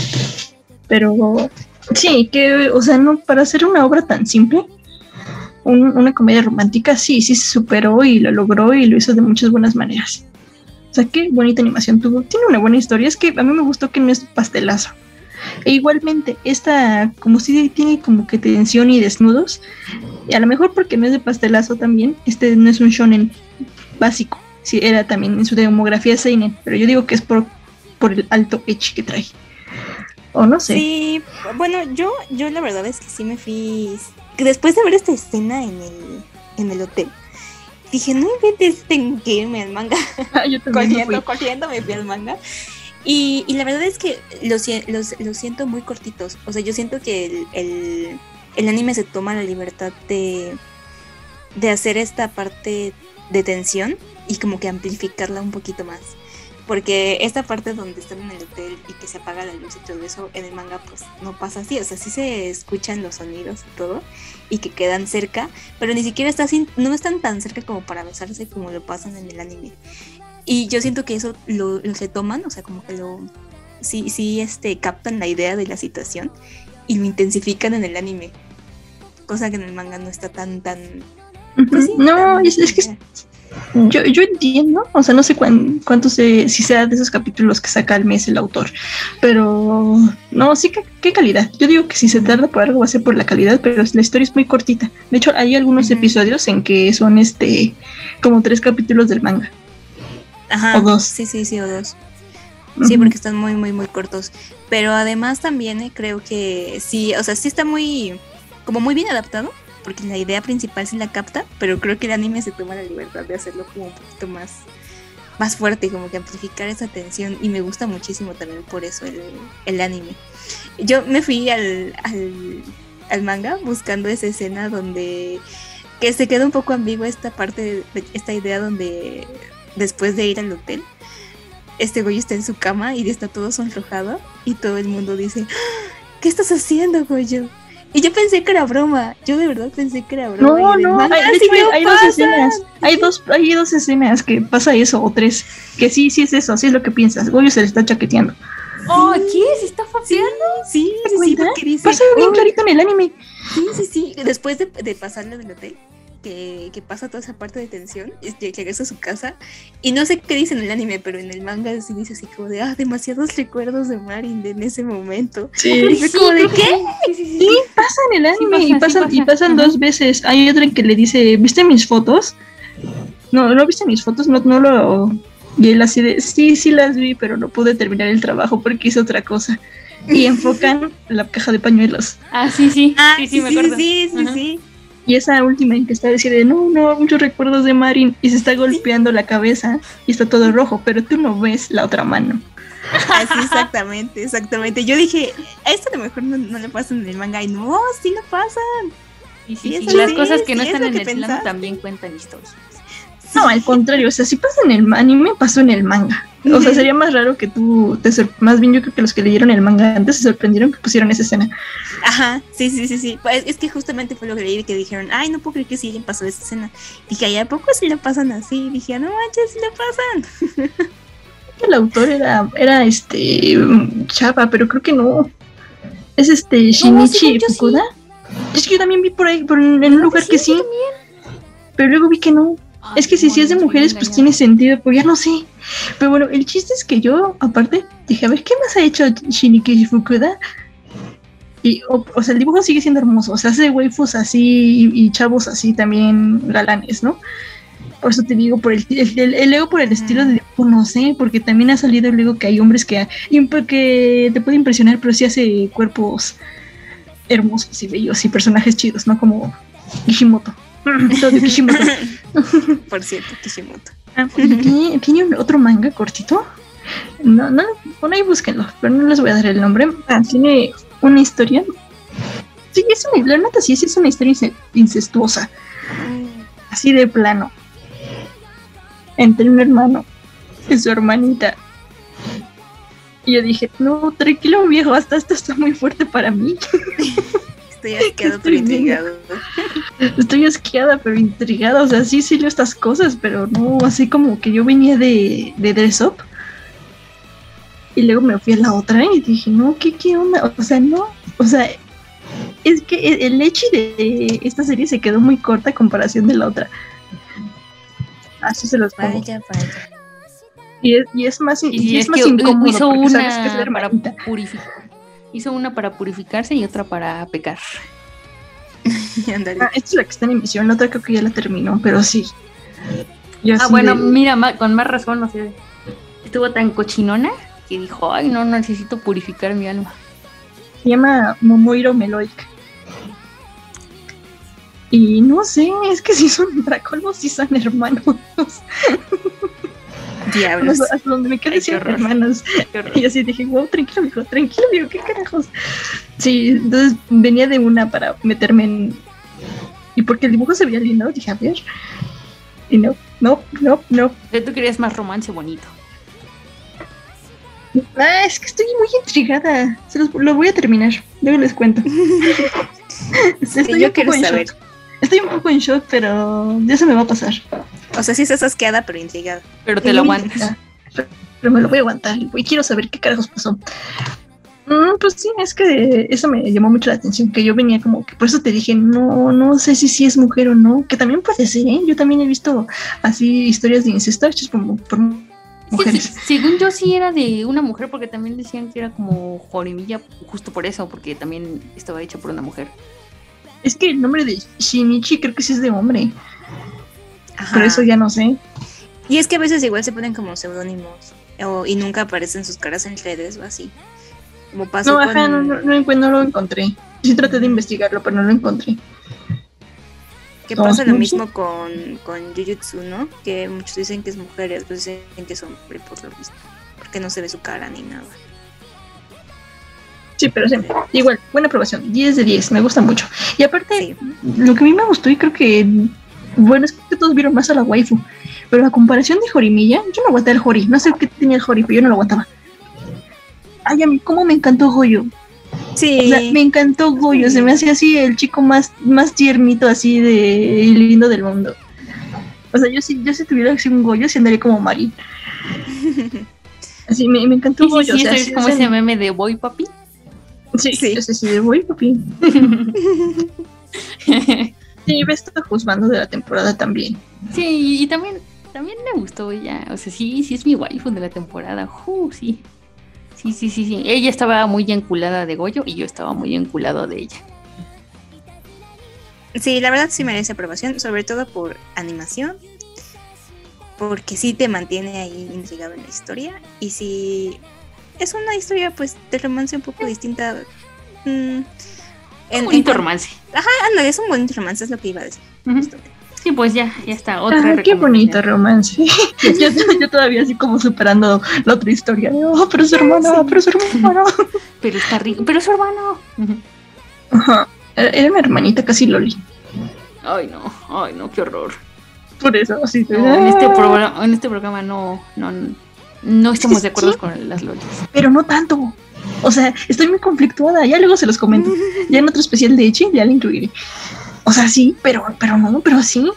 pero sí, que, o sea, no, para hacer una obra tan simple, un, una comedia romántica, sí, sí se superó y lo logró y lo hizo de muchas buenas maneras. O sea, qué bonita animación tuvo. Tiene una buena historia, es que a mí me gustó que no es pastelazo. E igualmente, esta, como si tiene como que tensión y desnudos, y a lo mejor porque no es de pastelazo también, este no es un shonen básico. Sí, era también en su demografía seinen, pero yo digo que es por, por el alto ecchi que trae. O no sé. Sí, bueno, yo, yo la verdad es que sí me fui... Después de ver esta escena en el, en el hotel, dije, no inventes, tengo que irme al manga. Ah, yo también corriendo, me corriendo me fui al manga. Y, y la verdad es que los, los, los siento muy cortitos. O sea, yo siento que el, el, el anime se toma la libertad de, de hacer esta parte de tensión y como que amplificarla un poquito más. Porque esta parte donde están en el hotel y que se apaga la luz y todo eso, en el manga pues no pasa así. O sea, sí se escuchan los sonidos y todo, y que quedan cerca, pero ni siquiera está así, no están tan cerca como para besarse como lo pasan en el anime. Y yo siento que eso lo, lo se toman, o sea, como que lo sí, sí este, captan la idea de la situación y lo intensifican en el anime. Cosa que en el manga no está tan, tan... Pues sí, no, tan, es, es que... Yo, yo entiendo, o sea, no sé cuán, cuántos, se, si sea de esos capítulos que saca al mes el autor, pero no, sí, que qué calidad. Yo digo que si se tarda por algo va a ser por la calidad, pero la historia es muy cortita. De hecho, hay algunos uh-huh. episodios en que son este como tres capítulos del manga. Ajá, o dos. Sí, sí, sí, o dos. Uh-huh. Sí, porque están muy, muy, muy cortos. Pero además también eh, creo que sí, o sea, sí está muy, como muy bien adaptado. Porque la idea principal sí la capta, pero creo que el anime se toma la libertad de hacerlo como un poquito más, más fuerte, como que amplificar esa tensión, y me gusta muchísimo también por eso el, el anime. Yo me fui al, al, al manga buscando esa escena donde que se queda un poco ambigua esta parte, de, esta idea donde después de ir al hotel, este Goyo está en su cama y está todo sonrojado y todo el mundo dice, ¿qué estás haciendo, Goyo? Y yo pensé que era broma, yo de verdad pensé que era broma. No, no, hay, de hecho, hay, hay dos escenas, hay dos, hay dos escenas que pasa eso, o tres, que sí, sí es eso, sí es lo que piensas. Goyo se le está chaqueteando. Oh, ¿qué? ¿Se está faseando? Sí, sí, sí, porque dice... Pasa bien oh, clarito en el anime. Sí, sí, sí, después de, de pasarle del hotel, que, que pasa toda esa parte de tensión, que regresa a su casa, y no sé qué dice en el anime, pero en el manga sí dice así como de, ah, demasiados recuerdos de Marin en ese momento. Sí, y fue sí, como de, ¿qué? Sí, sí, sí, sí. sí, pasa en el anime, sí, pasa, y pasan, sí, pasa. y pasan uh-huh. dos veces. Hay otra en que le dice, ¿viste mis fotos? No, ¿no viste mis fotos? No, no lo... Y él así de, sí, sí las vi, pero no pude terminar el trabajo porque hice otra cosa. y enfocan la caja de pañuelos. Ah, sí, sí, Ah, sí, sí, me acuerdo. Sí, sí, Ajá. sí. Y esa última en que está diciendo, no, no, muchos recuerdos de Marin, y se está golpeando la cabeza y está todo rojo, pero tú no ves la otra mano. Así, exactamente, exactamente. Yo dije, a esto a lo mejor no, no le pasan en el manga. Y no, sí lo pasan. Sí, sí, Sí, sí. eso Las sí, cosas que no sí, es están lo en que el plano pensaste. también cuentan historias. No, al contrario, o sea, si pasa en el anime, pasó en el manga. O sea, Ujú. sería más raro que tú te sor- más bien yo creo que los que leyeron el manga antes se sorprendieron que pusieron esa escena. Ajá, sí, sí, sí, sí. Pues es que justamente fue lo que leí, que dijeron, ay, no puedo creer que sí hayan pasado esa escena. Dije, ay, ¿a poco sí la pasan así? Dije, no manches, sí la pasan. El autor era, era este mm, Chava, pero creo que no. Es este Shinichi según yo sí. Fukuda. Es que yo también vi por ahí, por en un lugar que sí, pero luego vi que no. Ay, Es que si no, sí es de estoy mujeres, pues engañada. tiene sentido, pero ya no sé. Pero bueno, el chiste es que yo, aparte, dije, a ver, ¿qué más ha hecho Shinichi Fukuda? Y, o, o sea, el dibujo sigue siendo hermoso, o sea, hace waifus así y, y chavos así también galanes, ¿no? Por eso te digo, por el, el, el, el Lego, por el estilo de dibujo, no sé, porque también ha salido el Lego que hay hombres que, que te puede impresionar, pero sí hace cuerpos hermosos y bellos y personajes chidos, ¿no? Como Kishimoto. Todo de Kishimoto. Por cierto, Kishimoto. Ah, ¿tiene, tiene un otro manga cortito? No, no, bueno, ahí búsquenlo, pero no les voy a dar el nombre. Ah, tiene una historia. Sí, es una, la neta sí, sí es una historia ince- incestuosa, así de plano. Entre un hermano y su hermanita. Y yo dije, no, tranquilo viejo, hasta esto está muy fuerte para mí. Estoy asqueado, pero intrigado. Estoy asqueada, pero intrigada. O sea, sí, sí leo estas cosas, pero no, así como que yo venía de, de Dress Up. Y luego me fui a la otra y dije, no, ¿qué, qué onda? O sea, no, o sea, es que el, el leche de esta serie se quedó muy corta a comparación de la otra. Así se los pongo. Vaya, vaya. Y es, y es más, y Y es es más que incómodo hizo porque una sabes que es la para hermanita. purificar. Hizo una para purificarse y otra para pecar. Ándale. Ah, esta es la que está en emisión, la otra creo que ya la terminó, pero sí. Yo Ah, así bueno, de- mira, ma- con más razón, o sea, estuvo tan cochinona que dijo, ay, no, necesito purificar mi alma. se llama Momoiro Meloic. Y no sé, es que si son draconos, si son hermanos. Diablos. Hasta hasta donde me quedé Ay, qué siendo horror. hermanos. Qué horror. Y así dije, wow, tranquilo, viejo, tranquilo, viejo, qué carajos. Sí, entonces venía de una para meterme en. Y porque el dibujo se veía lindo, dije, a ver. Y no, no, no, no. O sea, tú querías más romance bonito. Ah, es que estoy muy intrigada. Se los, lo voy a terminar, luego les cuento. Estoy yo un quiero poco en saber. shock. Estoy un poco en shock, pero ya se me va a pasar. O sea, sí estás asqueada, pero intrigada. Pero te lo aguantas. Ya, pero me lo voy a aguantar y quiero saber qué carajos pasó. Mm, pues sí, es que eso me llamó mucho la atención, que yo venía como que por eso te dije, no, no sé si sí es mujer o no, que también puede ser, ¿eh? Yo también he visto así historias de incesto hechas por, por mujeres. Sí, sí, según yo sí era de una mujer, porque también decían que era como Jorimilla, justo por eso, porque también estaba hecho por una mujer. Es que el nombre de Shinichi creo que sí es de hombre, Ajá. pero eso ya no sé. Y es que a veces igual se ponen como seudónimos. O, y nunca aparecen sus caras en redes o así. Como pasó No, con... ajá, no, no, no, encu- no lo encontré. Sí traté de investigarlo, pero no lo encontré. Que No, pasa lo no mismo sé. con, con Jujutsu, ¿no? Que muchos dicen que es mujer y otros dicen que es hombre por lo mismo. Porque no se ve su cara ni nada. Sí, pero sí, igual, buena aprobación, diez de diez, me gusta mucho. Y aparte, Sí. lo que a mí me gustó y creo que, bueno, es que todos vieron más a la waifu, pero la comparación de Jorimilla, yo no aguanté el Jori, no sé qué tenía el Jori, pero yo no lo aguantaba. Ay, a mí cómo me encantó Goyo. Sí. O sea, me encantó Goyo, se me hace así el chico más, más tiernito así de lindo del mundo. O sea, yo si, yo si tuviera así un Goyo, sí andaría como Mari. Así, me, me encantó Sí, sí, Goyo. sí, o sea, eso es sí, como o sea, ese meme de Boy Papi. Sí, Sí. sí, sí, sí, de voy, papi. Sí, me está juzgando de la temporada también. Sí, y también, también me gustó ella. O sea, sí, sí es mi waifu de la temporada. Uh, sí. Sí, sí, sí, sí. Ella estaba muy enculada de Goyo y yo estaba muy enculado de ella. Sí, la verdad sí merece aprobación, sobre todo por animación, porque sí te mantiene ahí intrigado en la historia y sí es una historia pues de romance un poco distinta. Mm, en, Un bonito en- romance. Ajá, ándale, es un bonito romance, es lo que iba a decir. Ujú. Sí, pues ya, ya está. Otra Ah, qué bonito recomendación. romance. yo, yo todavía así como superando la otra historia. de, Oh, pero su hermano, pero su hermano. Pero está rico. Pero es su hermano. Ujú. Ajá. Era era una hermanita casi loli. Ay, no. Ay, no, qué horror. Por eso, así. de, No, en este "Ah". programa, en este programa no, no, no estamos que de acuerdo sí. con las lolis. Pero no tanto. O sea, estoy muy conflictuada. Ya luego se los comento. Ya en otro especial de Echi ya lo incluiré. O sea, sí, pero, pero no, pero sí.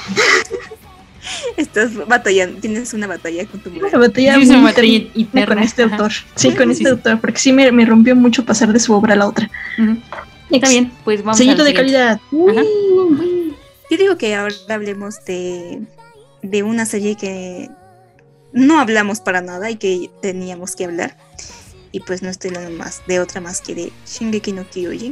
Estás batallando, tienes una batalla con tu Una madre. batalla Sí, es una muy batalla interna interna. con este Ajá. autor. Sí, con Sí, este sí. autor, porque sí me, me rompió mucho pasar de su obra a la otra. Ujú. Está bien, pues vamos Sellito al de siguiente. calidad. Ajá. Uy. Yo digo que ahora hablemos de, de una serie que no hablamos para nada y que teníamos que hablar. Y pues no estoy hablando más de otra más que de Shingeki no Kyojin.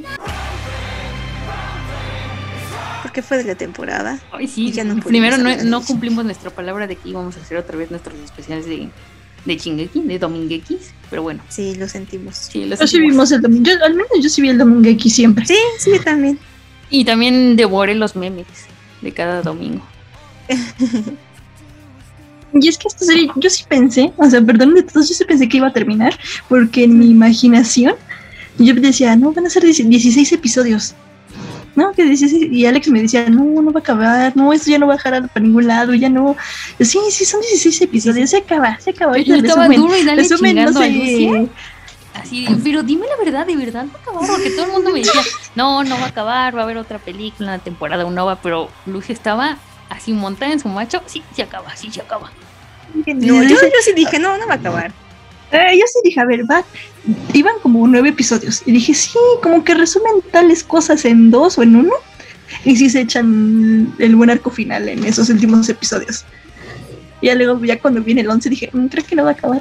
Porque fue de la temporada. Ay, sí, Y ya no pudimos primero no, hablar de no eso. cumplimos nuestra palabra de que íbamos a hacer otra vez nuestros especiales de, de Shingeki, de Domingekis, pero bueno, Sí, lo sentimos. sí, lo Yo sí sentimos. vimos el domingo. Yo, al menos yo sí vi el domingo aquí siempre. Sí, sí, yo también. Y también devoré los memes de cada domingo. Y es que esta serie, yo sí pensé, o sea, perdón de todos, yo sí pensé que iba a terminar, porque en mi imaginación yo decía, no, van a ser dieciséis episodios. No, que dieciséis, y Alex me decía, no, no va a acabar, no, esto ya no va a jalar para ningún lado, ya no. Sí, sí, son dieciséis episodios, se acaba, se acaba. Yo Ahorita estaba resumen, duro y dale resumen, no chingando a sé. Lucia. Así, pero dime la verdad, de verdad va a acabar, porque todo el mundo me decía, no, no va a acabar, va a haber otra película, una temporada nueva, pero Lucia estaba así montada en su macho, sí, se acaba, sí, se acaba. No, yo, yo sí dije, no, no va a acabar. Eh, yo sí dije, a ver, va, iban como nueve episodios. Y dije, sí, como que resumen tales cosas en dos o en uno. Y sí se echan el buen arco final en esos últimos episodios. Y ya luego, ya cuando viene el once, dije, "Mm, creo que no va a acabar".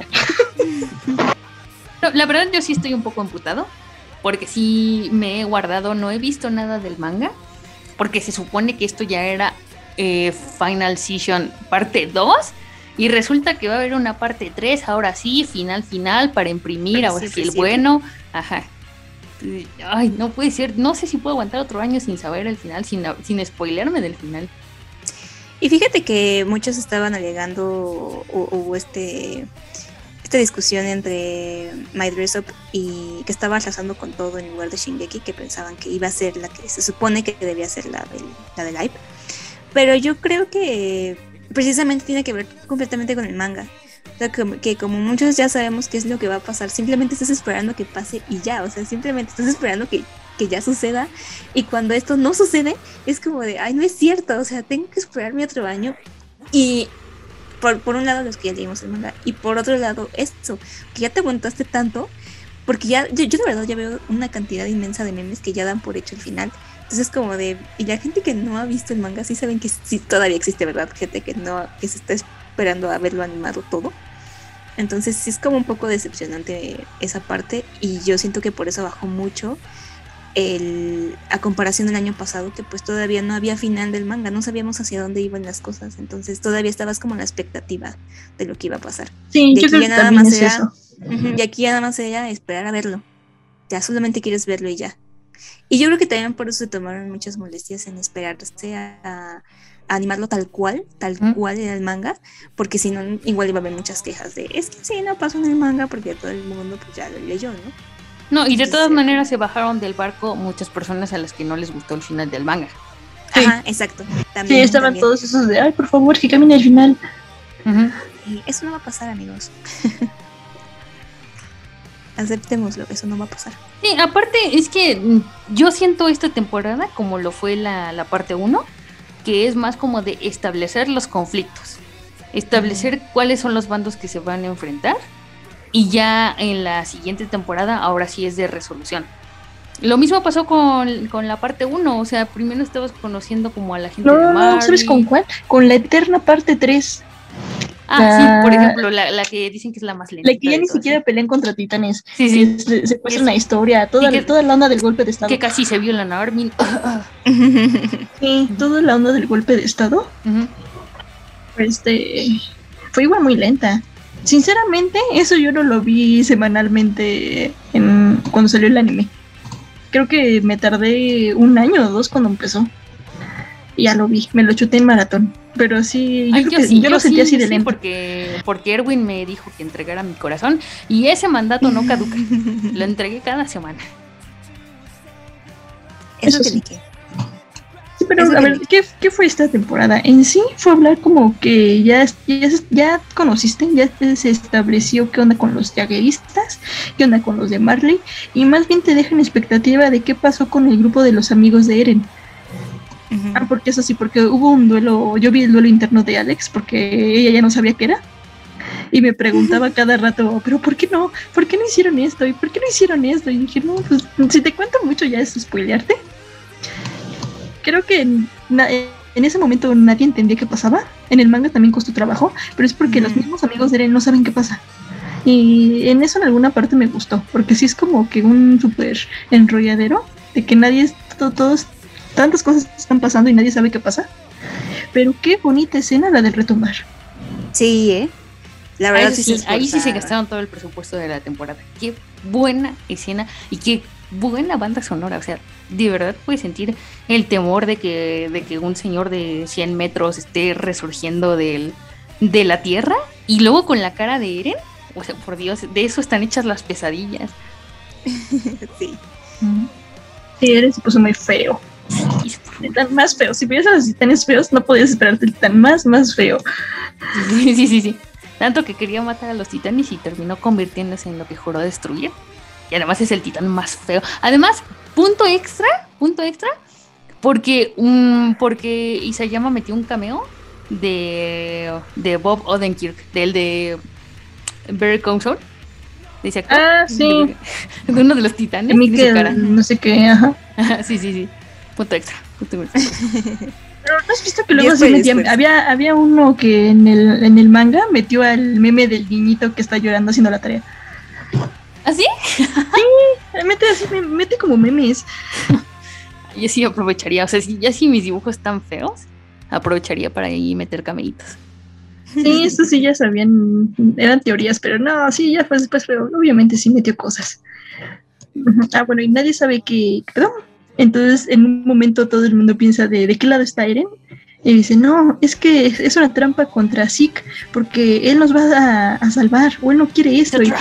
No, la verdad yo sí estoy un poco emputado, porque sí me he guardado, no he visto nada del manga, porque se supone que esto ya era eh, Final Season parte dos, y resulta que va a haber una parte tres, ahora sí, final, final, para imprimir, ahora sí Siempre, el siempre. bueno, ajá. Ay, no puede ser, no sé si puedo aguantar otro año sin saber el final, sin, sin spoilearme del final. Y fíjate que muchos estaban alegando o, o este esta discusión entre My Dress Up y que estaba arrasando con todo en lugar de Shingeki, que pensaban que iba a ser la que se supone que debía ser la del, la del hype. Pero yo creo que precisamente tiene que ver completamente con el manga. O sea, que, que como muchos ya sabemos qué es lo que va a pasar, simplemente estás esperando que pase y ya, o sea, simplemente estás esperando que, que ya suceda, y cuando esto no sucede, es como de, ay, no es cierto, o sea, tengo que esperarme otro año. Y por, por un lado los que ya leímos el manga, y por otro lado esto, que ya te aguantaste tanto, porque ya, yo, yo de verdad ya veo una cantidad inmensa de memes que ya dan por hecho el final. Entonces es como de, y la gente que no ha visto el manga sí saben que sí todavía existe, ¿verdad? Gente que no, que se está esperando a verlo animado todo. Entonces sí es como un poco decepcionante esa parte, y yo siento que por eso bajó mucho el, a comparación del año pasado, que pues todavía no había final del manga, no sabíamos hacia dónde iban las cosas, entonces todavía estabas como en la expectativa de lo que iba a pasar. Sí, Y yo aquí creo ya que nada también más es era, eso. ujú, y aquí ya nada más era esperar a verlo, ya solamente quieres verlo y ya. Y yo creo que también por eso se tomaron muchas molestias en esperarse a, a animarlo tal cual, tal ¿Mm? cual era el manga, porque si no, igual iba a haber muchas quejas de, es que sí, no pasó en el manga, porque todo el mundo pues ya lo leyó, ¿no? No, y de Entonces, todas eh, maneras se bajaron del barco muchas personas a las que no les gustó el final del manga. Sí. Ajá, exacto. También, Sí, estaban también. todos esos de, ay, por favor, que camine al final. Ujú. Y eso no va a pasar, amigos. Aceptémoslo, eso no va a pasar. Sí, aparte es que mm, yo siento esta temporada como lo fue la, la parte uno, que es más como de establecer los conflictos, establecer cuáles son los bandos que se van a enfrentar, y ya en la siguiente temporada ahora sí es de resolución. Lo mismo pasó con, con la parte uno, o sea, primero estabas conociendo como a la gente No, de no, Marley. no, ¿sabes con cuál? Con la eterna parte tres. Ah, La- sí, por ejemplo, la, la que dicen que es la más lenta. La que ya ni siquiera pelean contra titanes. Sí, sí. Que se, se muestra Es- una historia, toda, y que- toda la onda del golpe de estado. Que casi se violan a Armin. Sí, toda la onda del golpe de estado. Ujú. Este, fue igual muy lenta. sinceramente, eso yo no lo vi semanalmente en, cuando salió el anime. Creo que me tardé un año o dos cuando empezó. Y ya lo vi, me lo chuté en maratón. Pero sí, yo, Ay, creo yo, que, sí, yo yo lo sentí sí, así de sí, lento. porque, porque Erwin me dijo que entregara mi corazón y ese mandato no caduca. Lo entregué cada semana. Eso Eso que sí. ni qué. Sí, pero Eso a que ver, ni- ¿qué, ¿qué fue esta temporada? En sí fue hablar como que ya, ya, ya conociste, ya se estableció qué onda con los jagueristas, qué onda con los de Marley, y más bien te dejan expectativa de qué pasó con el grupo de los amigos de Eren. Ujú. Ah, porque eso sí, porque hubo un duelo, yo vi el duelo interno de Alex, porque ella ya no sabía qué era, y me preguntaba cada rato, pero ¿por qué no? ¿Por qué no hicieron esto? ¿Y por qué no hicieron esto? Y dije, no, pues si te cuento mucho ya es spoilearte. Creo que en, na- en ese momento nadie entendía qué pasaba. En el manga también costó trabajo, pero es porque Ujú. los mismos amigos de Eren no saben qué pasa. Y en eso en alguna parte me gustó, porque sí es como que un súper enrolladero de que nadie, es- to- todos, tantas cosas están pasando y nadie sabe qué pasa. Pero qué bonita escena la del retomar. Sí, ¿eh? La Ah, verdad eso sí, sí, se ahí sí se esforzaron. gastaron todo el presupuesto de la temporada. Qué buena escena y qué buena banda sonora. O sea, de verdad puedes sentir el temor de que, de que un señor de cien metros esté resurgiendo del, de la tierra y luego con la cara de Eren. O sea, por Dios, de eso están hechas las pesadillas. Sí. Sí, Eren se puso muy feo. Y- Tan más feo. Si veías a los titanes feos, no podías esperarte tan más, más feo. Sí, sí, sí, sí. Tanto que quería matar a los titanes y terminó convirtiéndose en lo que juró destruir. Y además es el titán más feo. Además, punto extra, punto extra, porque, um, porque Isayama metió un cameo de, de Bob Odenkirk, del de Better Call Saul, de ese actor, Ah, sí. de, de uno de los titanes, A mí tiene su cara. que no sé qué, ajá. Sí, sí, sí. Punto extra. Punto extra. Pero ¿no has visto que luego Diez sí por el metía, esfuerzo. había, había uno que en el, en el manga metió al meme del niñito que está llorando haciendo la tarea? ¿Así? Mete así, me- mete como memes. Yo sí aprovecharía, o sea, si ya si mis dibujos están feos, aprovecharía para ahí meter camelitos. Sí, eso sí ya sabían, eran teorías, pero no, sí, ya fue después, pero obviamente sí metió cosas. Ujú. Ah, bueno, y nadie sabe qué, perdón. Entonces, en un momento todo el mundo piensa de, ¿de qué lado está Eren? Y dice, no, es que es, es una trampa contra Zeke, porque él nos va a, a salvar, o él no quiere esto. Y,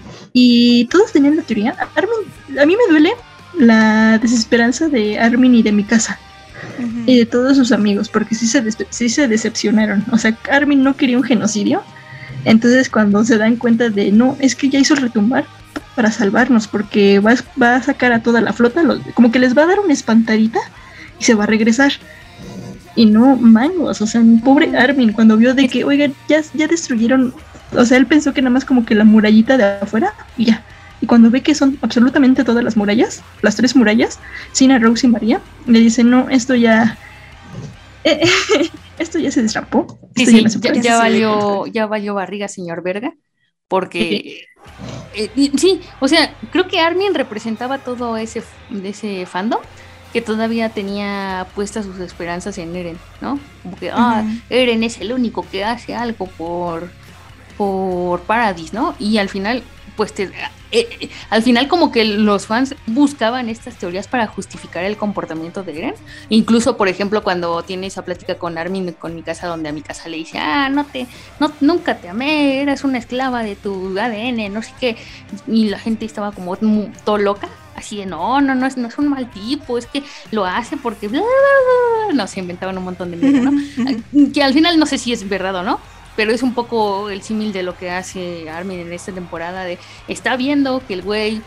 y todos tenían la teoría. Armin, a mí me duele la desesperanza de Armin y de Mikasa Ujú. y de todos sus amigos, porque sí se, des- sí se decepcionaron. O sea, Armin no quería un genocidio. Entonces, cuando se dan cuenta de, no, es que ya hizo el retumbar para salvarnos, porque va, a- va a sacar a toda la flota, los- como que les va a dar una espantadita y se va a regresar. Y no, mangos, o sea, mi pobre Armin, cuando vio de que, oigan, ya, ya destruyeron, o sea, él pensó que nada más como que la murallita de afuera y ya. Y cuando ve que son absolutamente todas las murallas, las tres murallas, Sina, Rose y María, le dice, no, esto ya... eh, esto ya se destrapó. Sí, Esto sí, no se ya, puede. ya se valió, ya valió barriga, señor Verga, porque eh, y- sí, o sea, creo que Armin representaba todo ese, ese fandom que todavía tenía puestas sus esperanzas en Eren, ¿no? Como que, ah, Ujú. Eren es el único que hace algo por, por Paradis, ¿no? Y al final, pues, te- eh, eh, al final como que los fans buscaban estas teorías para justificar el comportamiento de Eren. Incluso, por ejemplo, cuando tiene esa plática con Armin, con Mikasa, donde a Mikasa le dice, ah, no te, no, nunca te amé, eras una esclava de tu A D N, no sé qué. Y la gente estaba como mu- todo loca, así de, no, no, no es, no es un mal tipo, es que lo hace porque bla, bla, bla. No, se inventaban un montón de mierda, ¿no? Que al final no sé si es verdad o no, pero es un poco el símil de lo que hace Armin en esta temporada de, está viendo que el güey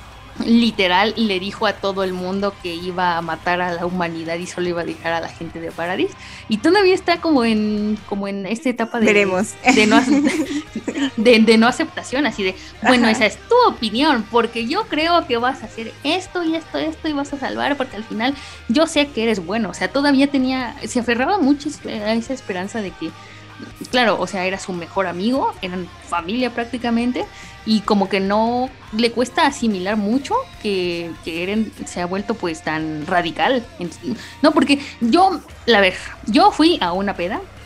literal le dijo a todo el mundo que iba a matar a la humanidad y solo iba a dejar a la gente de Paradis, y todavía está como en como en esta etapa de, Veremos. de, no, de, de no aceptación, así de, bueno, Ajá. esa es tu opinión, porque yo creo que vas a hacer esto y esto, esto y vas a salvar, porque al final yo sé que eres bueno. O sea, todavía tenía, se aferraba mucho a esa esperanza de que, claro, o sea, era su mejor amigo, eran familia prácticamente, y como que no le cuesta asimilar mucho que, que Eren se ha vuelto pues tan radical. No, porque yo, la ver, yo fui a una peda a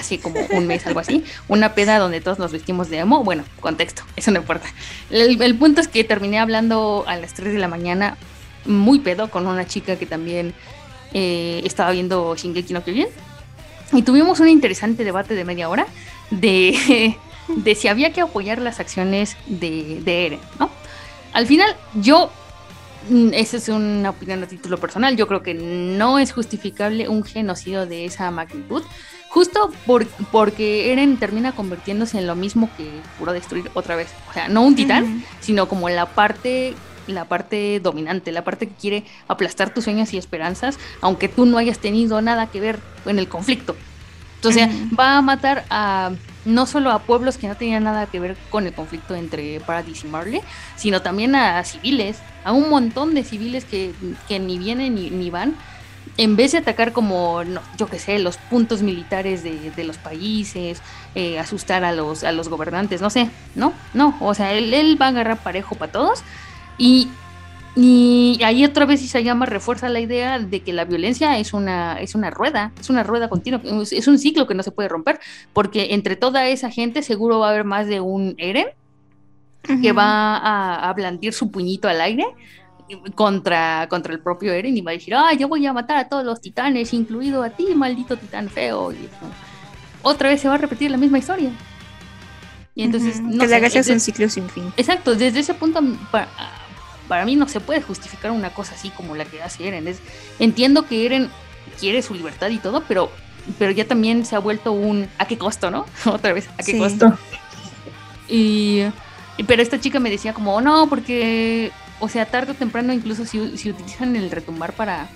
hace como un mes, algo así, una peda donde todos nos vestimos de emo. Bueno, contexto, eso no importa. El, el punto es que terminé hablando a las tres de la mañana, muy pedo, con una chica que también eh, estaba viendo Shingeki no Kyojin, y tuvimos un interesante debate de media hora de, de si había que apoyar las acciones de, de Eren, ¿no? Al final, yo, esa es una opinión a título personal, yo creo que no es justificable un genocidio de esa magnitud, justo por, porque Eren termina convirtiéndose en lo mismo que juró destruir otra vez. O sea, no un titán, uh-huh. sino como la parte, la parte dominante, la parte que quiere aplastar tus sueños y esperanzas, aunque tú no hayas tenido nada que ver en el conflicto. Entonces, uh-huh. va a matar a no solo a pueblos que no tenían nada que ver con el conflicto entre Paradis y Marley, sino también a civiles, a un montón de civiles que, que ni vienen ni, ni van. En vez de atacar como, no, yo qué sé, los puntos militares de, de los países, eh, asustar a los, a los gobernantes, no sé, no, no, o sea, él, él va a agarrar parejo para todos. Y, y ahí otra vez Isayama refuerza la idea de que la violencia es una, es una rueda, es una rueda continua, es un ciclo que no se puede romper, porque entre toda esa gente seguro va a haber más de un Eren uh-huh. que va a, a blandir su puñito al aire contra, contra el propio Eren y va a decir, ah, yo voy a matar a todos los titanes, incluido a ti, maldito titán feo. Y ¿no? otra vez se va a repetir la misma historia. Y entonces, uh-huh. no que sé, la gracia es desde, un ciclo sin fin. Exacto, desde ese punto para, para mí no se puede justificar una cosa así como la que hace Eren. Es, entiendo que Eren quiere su libertad y todo, pero, pero ya también se ha vuelto un ¿a qué costo, no? Otra vez, ¿a qué sí. costo? Y, pero esta chica me decía como, no, porque, o sea, tarde o temprano incluso si, si utilizan el retumbar para,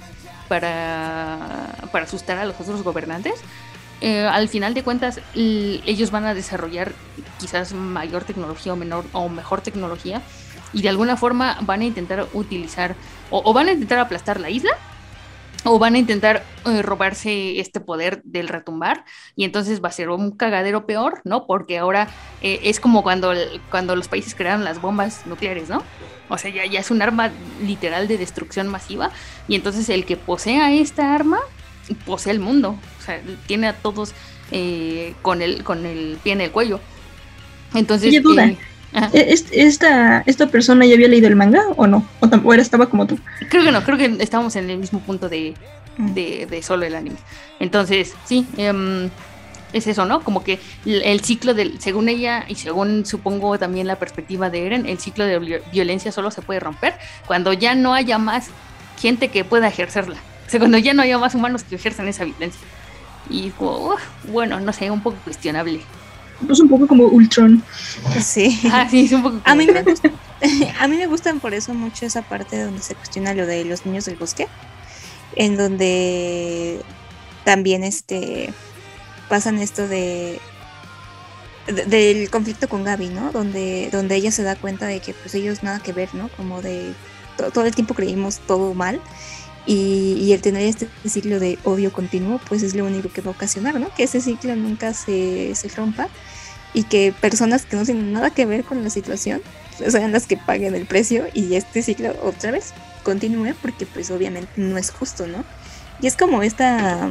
para, para asustar a los otros gobernantes, Eh, al final de cuentas l- ellos van a desarrollar quizás mayor tecnología o menor o mejor tecnología y de alguna forma van a intentar utilizar o, o van a intentar aplastar la isla o van a intentar eh, robarse este poder del retumbar y entonces va a ser un cagadero peor, ¿no? Porque ahora eh, es como cuando, cuando los países crearon las bombas nucleares, ¿no? O sea, ya, ya es un arma literal de destrucción masiva y entonces el que posea esta arma posee el mundo, o sea, tiene a todos eh, con el con el pie en el cuello. Entonces, Oye, duda, eh, ¿esta, ¿esta persona ya había leído el manga o no? ¿O, tam- o era, estaba como tú? Creo que no, creo que estábamos en el mismo punto de, de, de solo el anime. Entonces, sí, um, es eso, ¿no? Como que el, el ciclo del, según ella y según supongo también la perspectiva de Eren, el ciclo de vi- violencia solo se puede romper cuando ya no haya más gente que pueda ejercerla. O sea, cuando ya no haya más humanos que ejerzan esa violencia. Y como, uh, bueno, no sé, un poco cuestionable. Pues un poco como Ultron. Sí. Ah, sí, es un poco a mí me gusta, a mí me gustan por eso mucho esa parte donde se cuestiona lo de los niños del bosque, en donde también este pasan esto de, de del conflicto con Gaby, ¿no? Donde donde ella se da cuenta de que pues ellos nada que ver, ¿no? Como de to- todo el tiempo creímos todo mal. Y, y el tener este ciclo de odio continuo, pues es lo único que va a ocasionar, ¿no? Que ese ciclo nunca se, se rompa y que personas que no tienen nada que ver con la situación sean las que paguen el precio y este ciclo otra vez continúe porque pues obviamente no es justo, ¿no? Y es como esta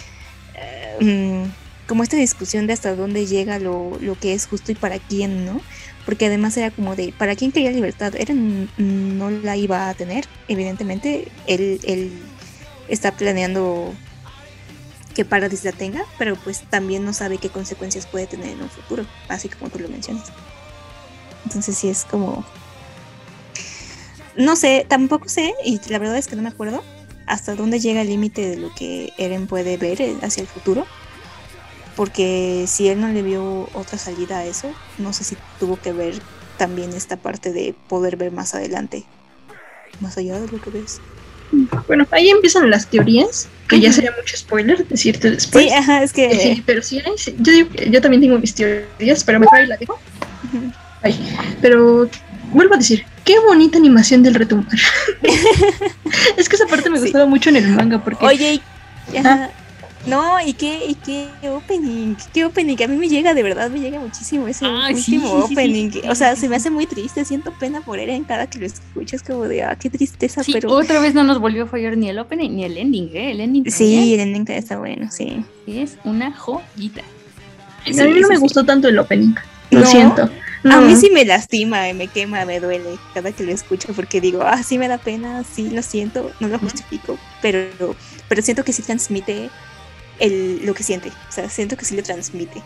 eh, como esta discusión de hasta dónde llega lo, lo que es justo y para quién, ¿no? Porque además era como de, ¿para quién quería libertad? Eren no la iba a tener, evidentemente, él, él está planeando que Paradis la tenga, pero pues también no sabe qué consecuencias puede tener en un futuro, así como tú lo mencionas. Entonces sí es como... No sé, tampoco sé, y la verdad es que no me acuerdo, hasta dónde llega el límite de lo que Eren puede ver hacia el futuro. Porque si él no le vio otra salida a eso, no sé si tuvo que ver también esta parte de poder ver más adelante, más allá de lo que ves. Bueno, ahí empiezan las teorías, que uh-huh. ya sería mucho spoiler decirte después. Sí, ajá, es que... Sí, pero sí, sí yo, digo, yo también tengo mis teorías, pero mejor ahí la dejo. Uh-huh. Ay, pero vuelvo a decir, qué bonita animación del retumbar. Es que esa parte me sí. gustaba mucho en el manga, porque... Oye, ajá. No, y qué, y qué opening, qué opening, a mí me llega, de verdad me llega muchísimo ese ah, último sí, sí, opening, sí, sí, sí, o sea, sí, se me hace muy triste, siento pena por Eren cada que lo escucho, es como de, ah, qué tristeza, sí, pero... otra vez no nos volvió a fallar ni el opening ni el ending, ¿eh? El ending sí, también. El ending está bueno, sí. Es una joyita. Sí, a mí no me sí, gustó sí. tanto el opening. Lo no, siento. No. A mí sí me lastima, me quema, me duele cada que lo escucho porque digo, ah, sí me da pena, sí lo siento, no lo justifico, pero, pero siento que sí transmite el, lo que siente, o sea, siento que sí lo transmite.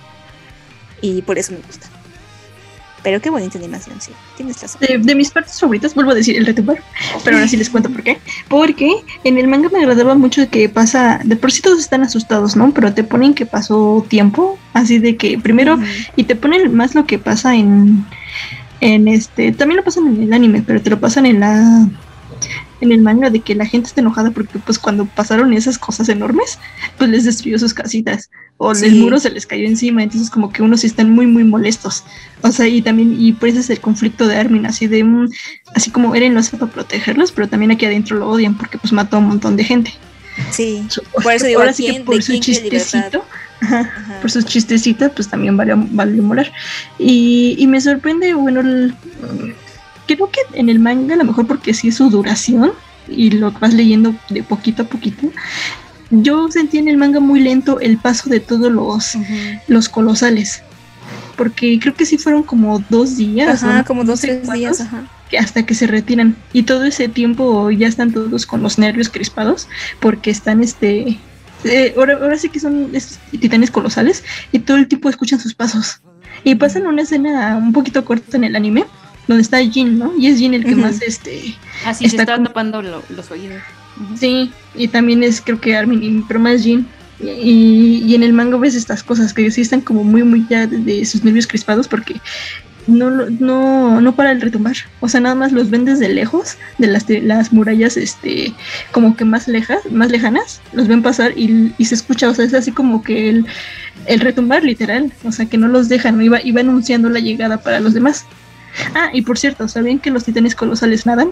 Y por eso me gusta. Pero qué bonita animación, sí, tienes razón. De, de mis partes favoritas, vuelvo a decir el retumbar, pero ahora sí les cuento por qué. Porque en el manga me agradaba mucho de que pasa, de por sí todos están asustados, ¿no? Pero te ponen que pasó tiempo, así de que primero, uh-huh. y te ponen más lo que pasa en, en este, también lo pasan en el anime, pero te lo pasan en la... en el manga de que la gente está enojada porque pues cuando pasaron esas cosas enormes, pues les destruyó sus casitas o sí. el muro se les cayó encima, entonces como que unos sí están muy muy molestos, o sea, y también, y pues es el conflicto de Armin, así de un, así como Eren lo hace para protegerlos, pero también aquí adentro lo odian porque pues mató a un montón de gente. Sí, so, por eso digo, ahora sí que por su chistecito, ajá, ajá. por su chistecito, pues también vale, vale molar, y, y me sorprende, bueno, el, creo que en el manga, a lo mejor porque sí es su duración y lo vas leyendo de poquito a poquito, yo sentí en el manga muy lento el paso de todos los, uh-huh. los colosales, porque creo que sí fueron como dos días, ajá, ¿no? como dos, tres cuantos, días, ajá. que hasta que se retiran, y todo ese tiempo ya están todos con los nervios crispados, porque están este... Eh, ahora, ahora sí que son estos titanes colosales, y todo el tiempo escuchan sus pasos, y pasan una escena un poquito corta en el anime, donde está Jin, ¿no? Y es Jin el que uh-huh. más este ah, sí, está se está con... tapando lo, los oídos. Uh-huh. Sí, y también es creo que Armin, pero más Jin. Y, y en el manga ves estas cosas que sí están como muy muy ya de, de sus nervios crispados porque no no no para el retumbar, o sea, nada más los ven desde lejos de las de las murallas este como que más lejas, más lejanas, los ven pasar y, y se escucha, o sea, es así como que el el retumbar literal, o sea, que no los dejan, iba iba anunciando la llegada para los demás. Ah, y por cierto, ¿sabían que los titanes colosales nadan?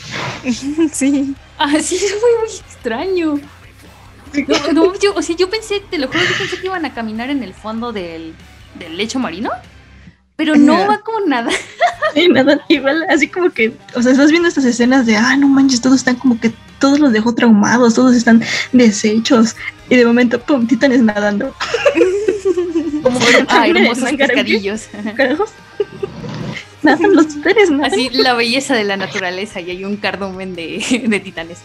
Sí. Ah, sí, eso fue muy extraño. No, no, yo, o sea, yo pensé, te lo juro, yo pensé que iban a caminar en el fondo del, del lecho marino, pero no, no. va como nada. Sí, nada, igual, así como que, o sea, estás viendo estas escenas de, ah, no manches, todos están como que, todos los dejó traumados, todos están deshechos, y de momento, pum, titanes nadando. Como ah, hermosos pescadillos. Carajos. Nadan los titanes, nadan. Así la belleza de la naturaleza y hay un cardumen de, de titanes.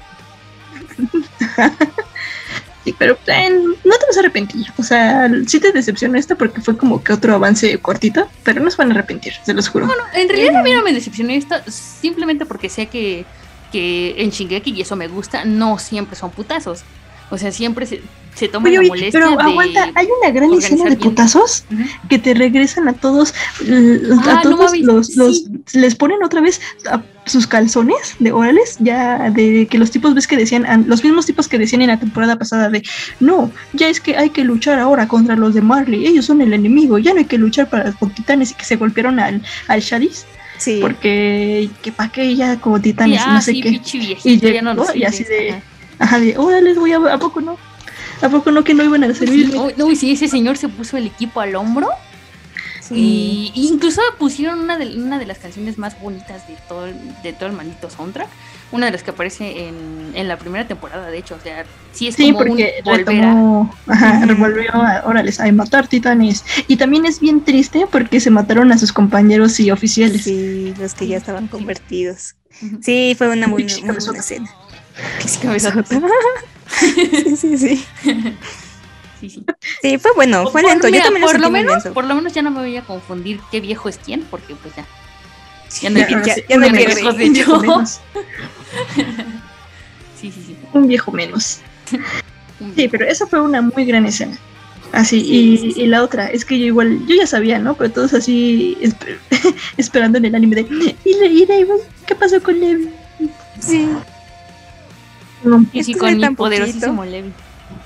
Sí, pero eh, no te vas a arrepentir. O sea, sí te decepcionó esta porque fue como que otro avance cortito, pero no se van a arrepentir, se los juro. Bueno, en realidad a mí no me decepcionó esta simplemente porque sé que, que en Shingeki, y eso me gusta, no siempre son putazos. O sea, siempre se, se toma oye, la molestia pero de aguanta, hay una gran escena de putazos uh-huh. que te regresan a todos, ah, a todos no, los, sí. los, les ponen otra vez a sus calzones de orales, ya de que los tipos ves que decían, los mismos tipos que decían en la temporada pasada de, no, ya es que hay que luchar ahora contra los de Marley, ellos son el enemigo, ya no hay que luchar para con titanes, y que se golpearon al, al Shadis. Sí. Porque que pa' que ya como titanes, sí, ah, no sé sí, qué. Viejito, y llegó, no y así de... Ajá. Ajá, de, órale, voy a, ¿a poco no? ¿A poco no que no iban a servir? Sí, no, y sí, ese señor se puso el equipo al hombro. Sí. Y incluso pusieron una de, una de las canciones más bonitas de todo, el, de todo el maldito soundtrack. Una de las que aparece en, en la primera temporada, de hecho. O sea, sí es sí, como porque un volver retomó, a... Ajá, uh-huh. revolvió a, órale, a matar titanes. Y también es bien triste porque se mataron a sus compañeros y oficiales. Sí, los que ya estaban convertidos. Uh-huh. Sí, fue una muy, muy buena escena. sí, sí, sí. Sí, sí. Sí, fue bueno, fue por, lento. Mira, Yo también por lo lo menos, lento. por lo menos ya no me voy a confundir qué viejo es quién, porque pues ya. Ya no, ya, ya, ya no un pierde. Viejo, un viejo menos. Sí, sí, sí. Un viejo menos. Sí, pero esa fue una muy gran escena. Así, sí, y, sí, sí. y la otra, es que yo igual, yo ya sabía, ¿no? Pero todos así esper- esperando en el anime de ¿y, le, y Levi? ¿Qué pasó con Levi? Sí. No, y sí, con mi poderosísimo Levi.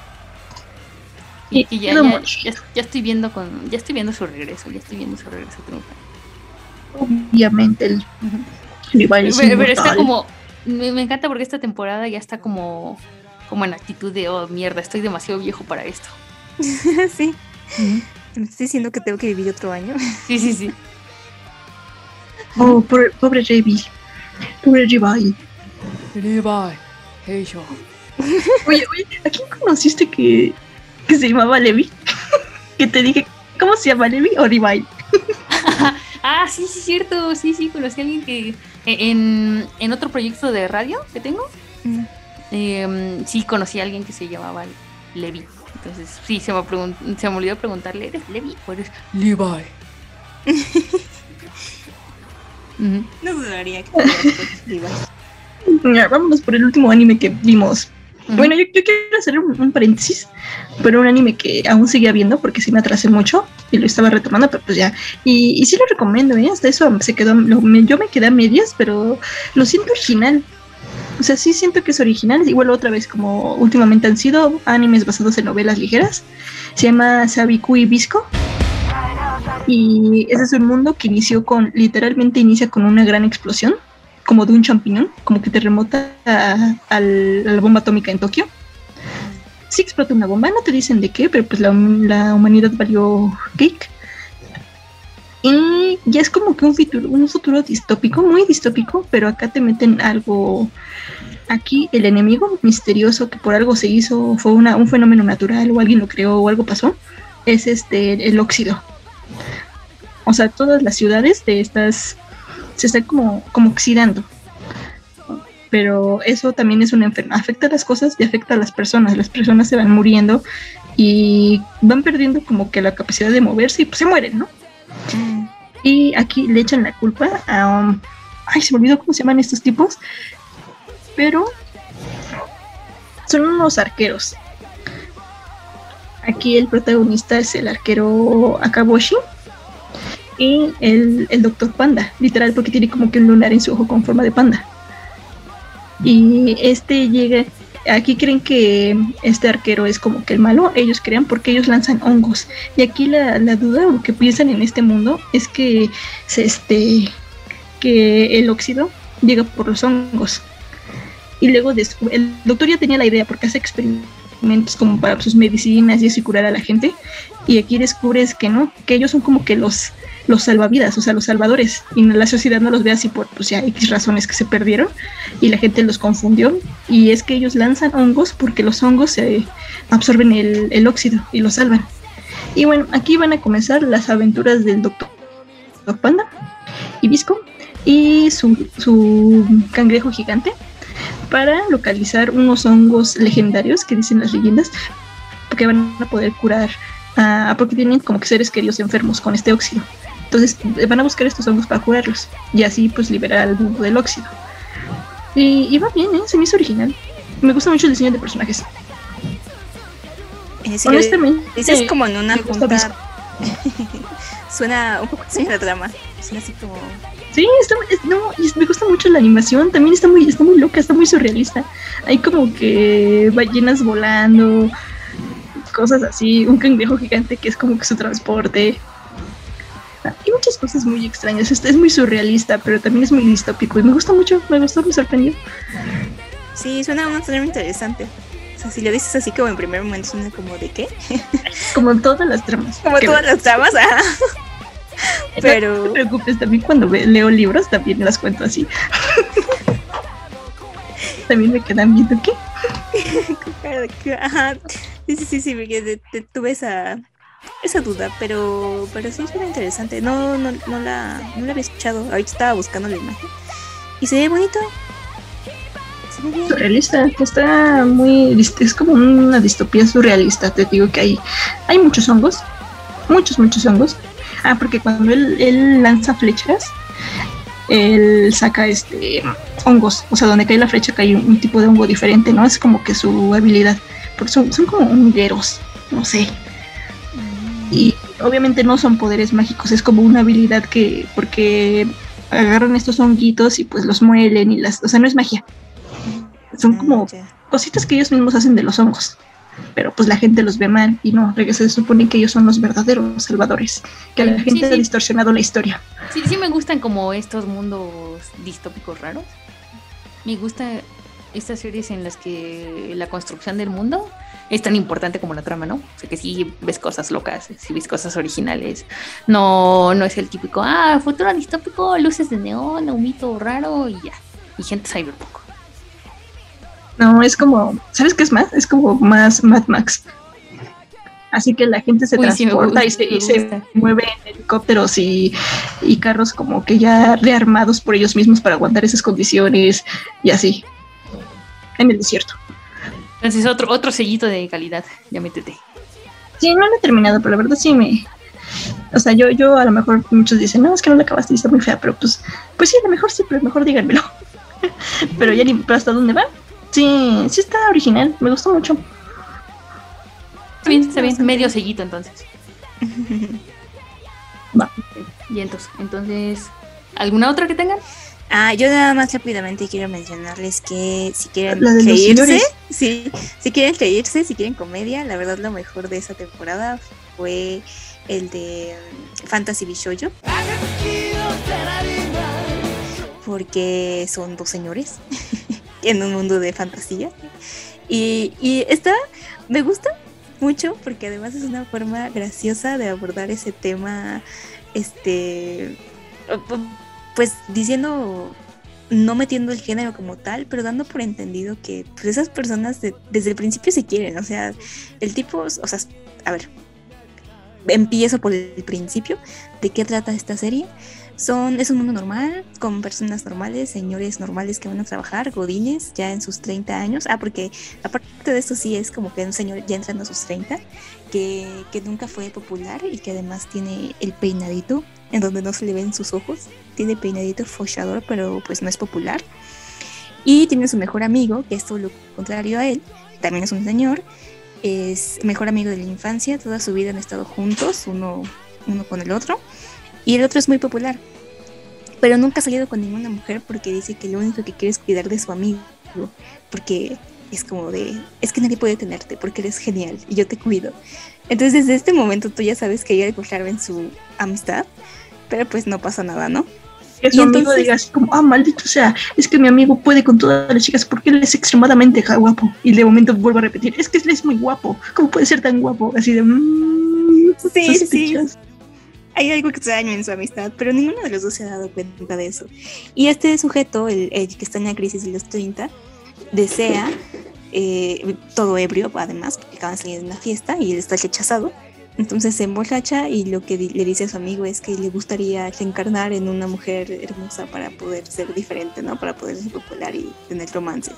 Y, y ya, ya, ya, ya estoy viendo con, ya estoy viendo su regreso, ya estoy viendo su regreso triunfal. Obviamente el uh-huh. Levi es pero, pero está como, me, me encanta porque esta temporada ya está como, como en actitud de oh mierda, estoy demasiado viejo para esto. Sí. Uh-huh. ¿Me estás diciendo que tengo que vivir otro año? Sí, sí, sí. Oh, pobre, pobre Levi. Pobre Levi. Levi. Hey, yo. Oye, oye, ¿a quién conociste que, que se llamaba Levi? que te dije, ¿cómo se llama, Levi o Divine? Ah, sí, sí, cierto, sí, sí, conocí a alguien que en, en otro proyecto de radio que tengo, mm. eh, sí, conocí a alguien que se llamaba Levi. Entonces, sí, se me, pregun- se me olvidó preguntarle, ¿eres Levi o eres Levi? uh-huh. No dudaría que fueras Levi. Ya, vámonos por el último anime que vimos. Uh-huh. Bueno, yo, yo quiero hacer un, un paréntesis, pero un anime que aún seguía viendo porque sí me atrasé mucho y lo estaba retomando, pero pues ya. Y, y sí lo recomiendo, ¿eh? Hasta eso se quedó, lo, me, yo me quedé a medias, pero lo siento original. O sea, sí siento que es original. Igual otra vez, como últimamente han sido animes basados en novelas ligeras. Se llama Sabikui Bisco. Y ese es un mundo que inició con, literalmente inicia con una gran explosión, como de un champiñón, como que te remota a, a, a la bomba atómica en Tokio. Sí explota una bomba, no te dicen de qué, pero pues la, la humanidad valió cake. Y ya es como que un futuro, un futuro distópico, muy distópico, pero acá te meten algo. Aquí el enemigo misterioso que por algo se hizo, fue una, un fenómeno natural o alguien lo creó o algo pasó, es este el óxido. O sea, todas las ciudades de estas se están como, como oxidando. Pero eso también es una enfermedad, afecta a las cosas y afecta a las personas. Las personas se van muriendo y van perdiendo como que la capacidad de moverse y pues se mueren, ¿no? Y aquí le echan la culpa a... Um, ay, se me olvidó cómo se llaman estos tipos. Pero son unos arqueros. Aquí el protagonista es el arquero Akaboshi. Y el, el doctor Panda, literal, porque tiene como que un lunar en su ojo con forma de panda. Y este llega... Aquí creen que este arquero es como que el malo, ellos crean porque ellos lanzan hongos. Y aquí la, la duda, o lo que piensan en este mundo, es que, se, este, que el óxido llega por los hongos. Y luego descubre, el doctor ya tenía la idea porque hace experimentos como para sus medicinas y así curar a la gente. Y aquí descubres que no, que ellos son como que los, los salvavidas, o sea, los salvadores. Y la sociedad no los ve así por, pues ya, X razones que se perdieron. Y la gente los confundió. Y es que ellos lanzan hongos porque los hongos se absorben el, el óxido y lo salvan. Y bueno, aquí van a comenzar las aventuras del doctor Panda y Bisco y su, su cangrejo gigante para localizar unos hongos legendarios que dicen las leyendas que van a poder curar uh, porque tienen como que seres queridos enfermos con este óxido. Entonces van a buscar estos hongos para curarlos y así pues liberar al mundo del óxido. Y, y va bien, ¿eh? Se me hizo original. Me gusta mucho el diseño de personajes. Eh, sí, honestamente dices eh, como en una junta. Suena un poco así la trama. Suena así como... Sí, está, es, no, me gusta mucho la animación. También está muy, está muy loca, está muy surrealista. Hay como que ballenas volando, cosas así, un cangrejo gigante que es como que su transporte. Hay muchas cosas muy extrañas. Este es muy surrealista, pero también es muy distópico y me gusta mucho, me gustó, me sorprendió. Sí, suena una trama interesante. O sea, si lo dices así como en primer momento suena como de ¿qué? Como todas las tramas. Como todas ves. Las tramas, ajá. Pero... No te preocupes, también cuando ve, leo libros también las cuento así. También me quedan viendo ¿qué? Ajá. Sí, sí, sí, sí, porque tuve esa... esa duda, pero pero sí suena interesante. No, no, no la, no la había escuchado. Ahorita estaba buscando la imagen y se ve bonito. Se ve bien. Surrealista, está muy, es como una distopía surrealista. Te digo que hay, hay muchos hongos, muchos, muchos hongos. Ah, porque cuando él, él lanza flechas, él saca este hongos, o sea, donde cae la flecha cae un, un tipo de hongo diferente, ¿no? Es como que su habilidad, porque son, son como hongueros, no sé. Y obviamente no son poderes mágicos, es como una habilidad que, porque agarran estos honguitos y pues los muelen y las, o sea, no es magia. Son como cositas que ellos mismos hacen de los hongos, pero pues la gente los ve mal y no, se supone que ellos son los verdaderos salvadores, que la gente sí, sí. ha distorsionado la historia. Sí, sí me gustan como estos mundos distópicos raros. Me gusta estas series en las que la construcción del mundo es tan importante como la trama, ¿no? O sea, que sí ves cosas locas, sí ves cosas originales. No, no es el típico, ah, futuro distópico, luces de neón, un mito raro y ya. Y gente cyberpunk. No, es como, ¿sabes qué es más? Es como más Mad Max. Así que la gente se Uy, sí, me transporta gusta, y, se, me y se gusta. mueve en helicópteros y, y carros como que ya rearmados por ellos mismos para aguantar esas condiciones y así, en el desierto. Entonces, otro, otro sellito de calidad, ya métete. Sí, no lo he terminado, pero la verdad sí me... O sea, yo, yo a lo mejor muchos dicen, no, es que no la acabaste y está muy fea, pero pues, pues sí, a lo mejor sí, pero mejor díganmelo. Pero ya ni, pero ¿hasta dónde va? Sí, sí está original, me gustó mucho. Está bien, está bien, medio sellito entonces. Va. Y entonces, entonces, ¿alguna otra que tengan? Ah, yo nada más rápidamente quiero mencionarles que si quieren La de los reírse, señores. sí, si quieren reírse, si quieren comedia, la verdad lo mejor de esa temporada fue el de um, Fantasy Bishoyo. Porque son dos señores en un mundo de fantasía. Y, y está, me gusta mucho porque además es una forma graciosa de abordar ese tema, este, pues diciendo, no metiendo el género como tal, pero dando por entendido que pues, esas personas de, desde el principio se quieren. O sea, el tipo, o sea, a ver, empiezo por el principio. ¿De qué trata esta serie? Son, es un mundo normal, con personas normales, señores normales que van a trabajar, godines, ya en sus treinta años. Ah, porque aparte de esto sí es como que un señor ya entrando a sus treinta, que, que nunca fue popular y que además tiene el peinadito, en donde no se le ven sus ojos. Tiene peinadito fochador, pero pues no es popular. Y tiene su mejor amigo, que es todo lo contrario a él, también es un señor, es mejor amigo de la infancia, toda su vida han estado juntos, uno, uno con el otro. Y el otro es muy popular, pero nunca ha salido con ninguna mujer porque dice que lo único que quiere es cuidar de su amigo, porque es como de, es que nadie puede tenerte porque eres genial y yo te cuido. Entonces desde este momento tú ya sabes que hay algo claro en su amistad, pero pues no pasa nada, ¿no? Que su Y amigo entonces- diga así como, ah, maldito sea, es que mi amigo puede con todas las chicas porque él es extremadamente guapo. Y de momento vuelvo a repetir, es que él es muy guapo, ¿cómo puede ser tan guapo? Así de, mmm, Sí, sí. sospechas. Hay algo extraño en su amistad, pero ninguno de los dos se ha dado cuenta de eso. Y este sujeto, el, el que está en la crisis de los treinta, desea, eh, todo ebrio además, porque acaban de salir de una fiesta y él está rechazado. Entonces se emborracha y lo que di- le dice a su amigo es que le gustaría reencarnar en una mujer hermosa para poder ser diferente, ¿no? Para poder ser popular y tener romances.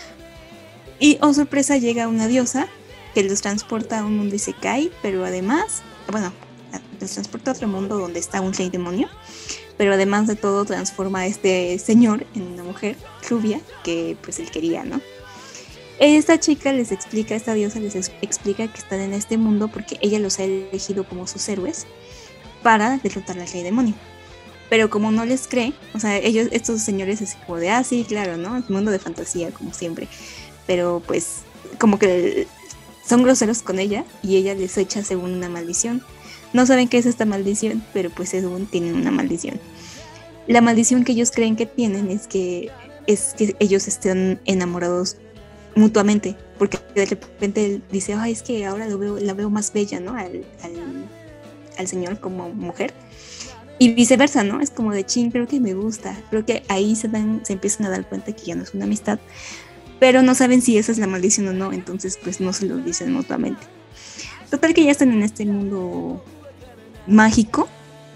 Y, oh sorpresa, llega una diosa que los transporta a un mundo isekai, pero además, bueno, los transporta a otro mundo donde está un rey demonio, pero además de todo transforma a este señor en una mujer rubia que pues él quería, ¿no? Esta chica les explica, esta diosa les ex- explica que están en este mundo porque ella los ha elegido como sus héroes para derrotar al rey demonio. Pero como no les cree, o sea, ellos, estos señores es como de, ah, sí, claro, ¿no? Es mundo de fantasía, como siempre. Pero pues como que son groseros con ella y ella les echa según una maldición. No saben qué es esta maldición, pero pues según tienen una maldición. La maldición que ellos creen que tienen es que, es que ellos estén enamorados mutuamente, porque de repente él dice, ay, es que ahora lo veo, la veo más bella, ¿no? Al, al, al señor como mujer. Y viceversa, ¿no? Es como de chin, creo que me gusta. Creo que ahí se, dan, se empiezan a dar cuenta que ya no es una amistad, pero no saben si esa es la maldición o no, entonces pues no se lo dicen mutuamente. Total que ya están en este mundo mágico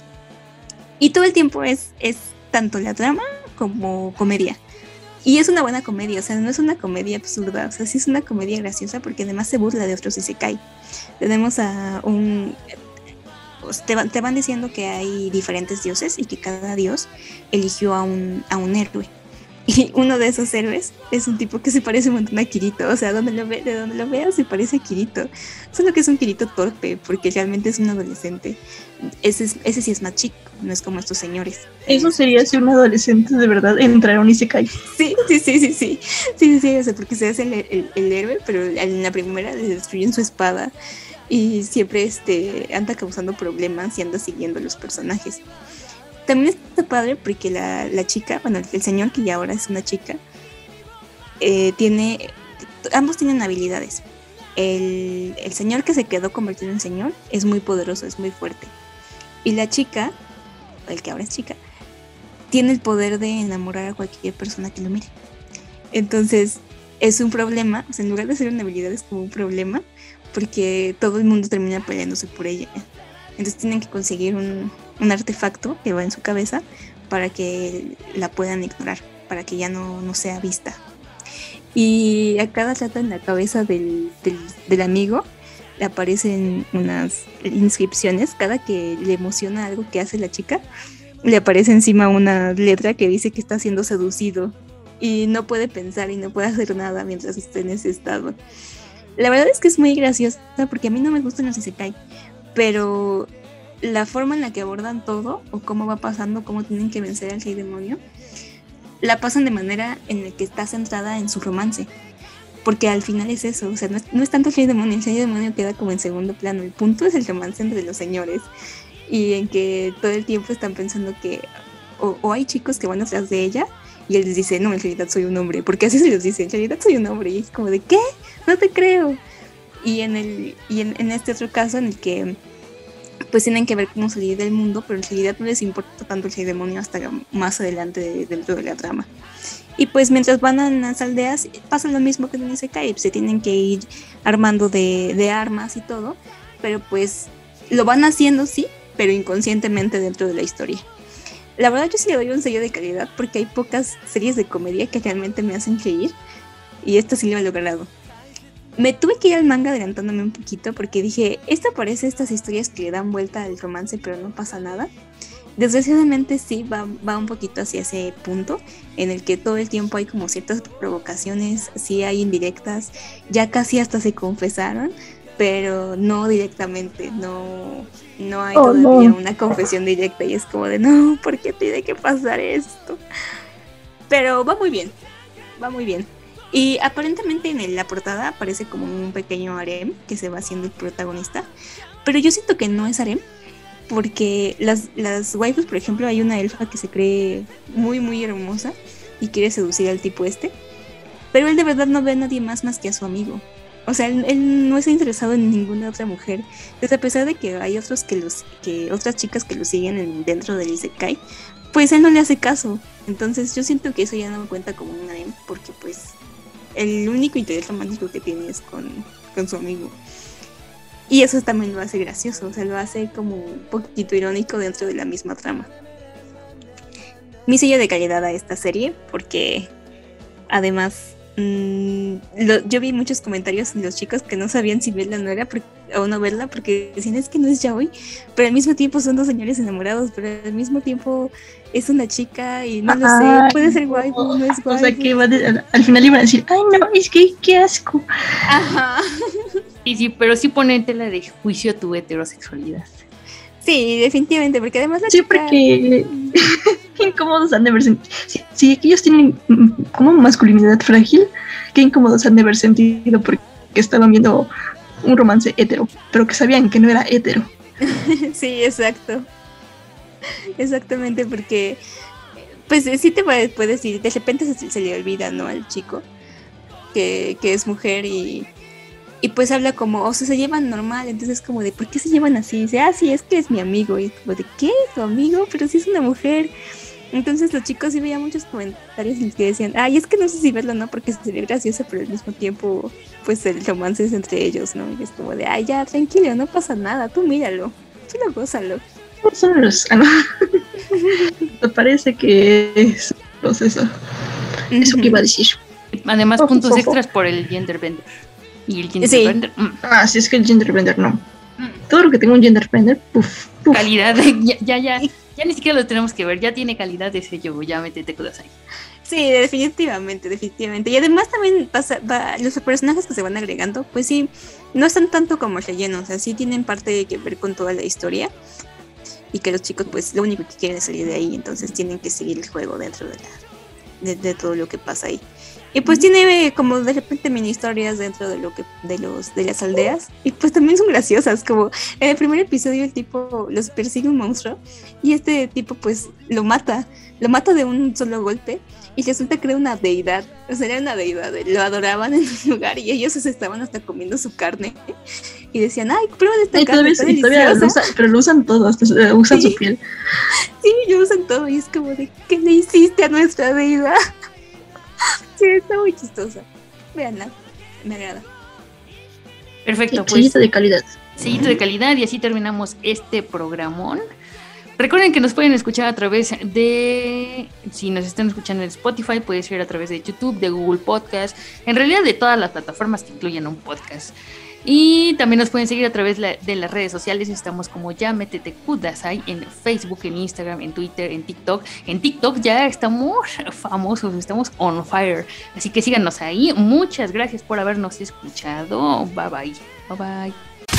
y todo el tiempo es, es tanto la trama como comedia. Y es una buena comedia, o sea, no es una comedia absurda, o sea, sí es una comedia graciosa porque además se burla de otros isekai. Tenemos a un... Te, va, te van diciendo que hay diferentes dioses y que cada dios eligió a un, a un héroe. Y uno de esos héroes es un tipo que se parece un montón a Kirito, o sea, donde lo ve, de donde lo veas se parece a Kirito. Solo que es un Kirito torpe, porque realmente es un adolescente. Ese, es, ese sí es más chico, no es como estos señores. Eso sería si un adolescente de verdad entrar a un isekai. Sí, sí, sí, sí, sí, sí, sí, o sea, porque se hace el, el, el héroe, pero en la primera le destruyen su espada y siempre este, anda causando problemas y anda siguiendo a los personajes. También está padre porque la, la chica, bueno, el señor que ya ahora es una chica, eh, tiene, ambos tienen habilidades. El, el señor que se quedó convertido en señor es muy poderoso, es muy fuerte. Y la chica, el que ahora es chica, tiene el poder de enamorar a cualquier persona que lo mire. Entonces, es un problema, o sea, en lugar de ser una habilidad es como un problema, porque todo el mundo termina peleándose por ella. Entonces tienen que conseguir un, un artefacto que va en su cabeza para que la puedan ignorar, para que ya no, no sea vista. Y a cada rato en la cabeza del, del, del amigo le aparecen unas inscripciones. Cada que le emociona algo que hace la chica, le aparece encima una letra que dice que está siendo seducido y no puede pensar y no puede hacer nada mientras esté en ese estado. La verdad es que es muy graciosa porque a mí no me gustan los isekai, pero la forma en la que abordan todo o cómo va pasando, cómo tienen que vencer al rey demonio, la pasan de manera en la que está centrada en su romance. Porque al final es eso, o sea, no es, no es tanto el rey demonio, el rey demonio queda como en segundo plano. El punto es el romance entre los señores y en que todo el tiempo están pensando que o, o hay chicos que van atrás de ella y él les dice, no, en realidad soy un hombre, porque así se los dice, en realidad soy un hombre, y es como de, ¿qué? No te creo. Y en, el, y en, en este otro caso en el que pues tienen que ver cómo salir del mundo, pero en realidad no les importa tanto el rey demonio hasta más adelante de, dentro de la trama. Y pues mientras van a las aldeas pasa lo mismo que en Isekai, se tienen que ir armando de, de armas y todo, pero pues lo van haciendo sí, pero inconscientemente dentro de la historia. La verdad yo sí le doy un sello de calidad porque hay pocas series de comedia que realmente me hacen reír y esta sí lo he logrado. Me tuve que ir al manga adelantándome un poquito porque dije, esta parece estas historias que le dan vuelta al romance pero no pasa nada. Desgraciadamente sí va, va un poquito hacia ese punto en el que todo el tiempo hay como ciertas provocaciones, sí hay indirectas, ya casi hasta se confesaron, pero no directamente, no, no hay oh, todavía no. una confesión directa y es como de no, ¿por qué tiene que pasar esto? Pero va muy bien, va muy bien. Y aparentemente en la portada aparece como un pequeño harem que se va haciendo el protagonista, pero yo siento que no es harem, porque las, las waifus, por ejemplo, hay una elfa que se cree muy muy hermosa y quiere seducir al tipo este, pero él de verdad no ve a nadie más más que a su amigo. O sea, él, él no está interesado en ninguna otra mujer. Entonces, a pesar de que hay otros que los, que otras chicas que lo siguen en, dentro del isekai, pues él no le hace caso. Entonces yo siento que eso ya no me cuenta como un harem, porque pues el único interés romántico que tiene es con, con su amigo. Y eso también lo hace gracioso, o sea, lo hace como un poquito irónico dentro de la misma trama. Mi sello de calidad a esta serie, porque además mmm, lo, yo vi muchos comentarios de los chicos que no sabían si verla no era por, o no verla, porque decían es que no es yaoi, pero al mismo tiempo son dos señores enamorados, pero al mismo tiempo es una chica y no lo ay, sé, puede ser waifu, no es waifu. O sea, que va de, al, al final iban a decir, ay no, es que qué asco. Ajá. Sí, sí, pero sí pone en tela de juicio tu heterosexualidad. Sí, definitivamente, porque además la sí, chica... porque qué incómodos han de haber sentido. Si, si ellos tienen como masculinidad frágil, qué incómodos han de haber sentido porque estaban viendo un romance hetero, pero que sabían que no era hetero. Sí, exacto. Exactamente, porque pues sí te puedes decir, de repente se, se le olvida, ¿no? Al chico que, que es mujer y... Y pues habla como, o sea, se llevan normal, entonces como de, ¿por qué se llevan así? Y dice, ah, sí, es que es mi amigo. Y es como de, ¿qué? ¿Tu amigo? Pero sí es una mujer. Entonces los chicos sí veían muchos comentarios en los que decían, ay, es que no sé si verlo, ¿no? Porque sería gracioso, pero al mismo tiempo, pues el romance es entre ellos, ¿no? Y es como de, ay, ya, tranquilo, no pasa nada, tú míralo, tú lo gózalo. Son los... Me parece que es proceso. Uh-huh. Eso que iba a decir. Además, puntos oh, extras oh. por el gender bender. Y el gender sí. bender. Mm. Ah, sí, es que el gender bender no. Mm. Todo lo que tenga un gender bender, puf, puf. Calidad, ya, ya, ya, ya ni siquiera lo tenemos que ver, ya tiene calidad de sello, ya métete cosas ahí. Sí, definitivamente, definitivamente. Y además también pasa, va, los personajes que se van agregando, pues sí, no están tanto como rellenos, o sea, sí tienen parte que ver con toda la historia. Y que los chicos, pues, lo único que quieren es salir de ahí, entonces tienen que seguir el juego dentro de la, de, de todo lo que pasa ahí. Y pues tiene como de repente mini historias dentro de lo que de los de las aldeas y pues también son graciosas, como en el primer episodio el tipo los persigue un monstruo y este tipo pues lo mata, lo mata de un solo golpe y resulta que era una deidad, o sea, era una deidad, lo adoraban en un lugar y ellos se estaban hasta comiendo su carne y decían, ay, prueba de esta y carne, está deliciosa. Lo usa, pero lo usan todo, hasta usan sí. su piel. Sí, lo usan todo y es como de, ¿qué le hiciste a nuestra deidad? Sí, está muy chistosa. Veanla, me agrada. Perfecto, pues. Sellito de calidad. Sellito de calidad, y así terminamos este programón. Recuerden que nos pueden escuchar a través de, si nos están escuchando en Spotify, puede ser a través de YouTube, de Google Podcast, en realidad de todas las plataformas que incluyen un podcast. Y también nos pueden seguir a través de las redes sociales. Estamos como Yametete Kudasai en Facebook, en Instagram, en Twitter, en TikTok. En TikTok ya estamos famosos, estamos on fire. Así que síganos ahí. Muchas gracias por habernos escuchado. Bye bye. Bye bye.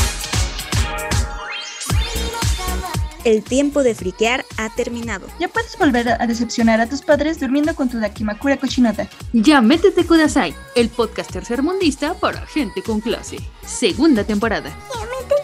El tiempo de friquear ha terminado. Ya puedes volver a decepcionar a tus padres durmiendo con tu Dakimakura cochinota. Yametete Kudasai, el podcast tercermundista para gente con clase. Segunda temporada. Ya me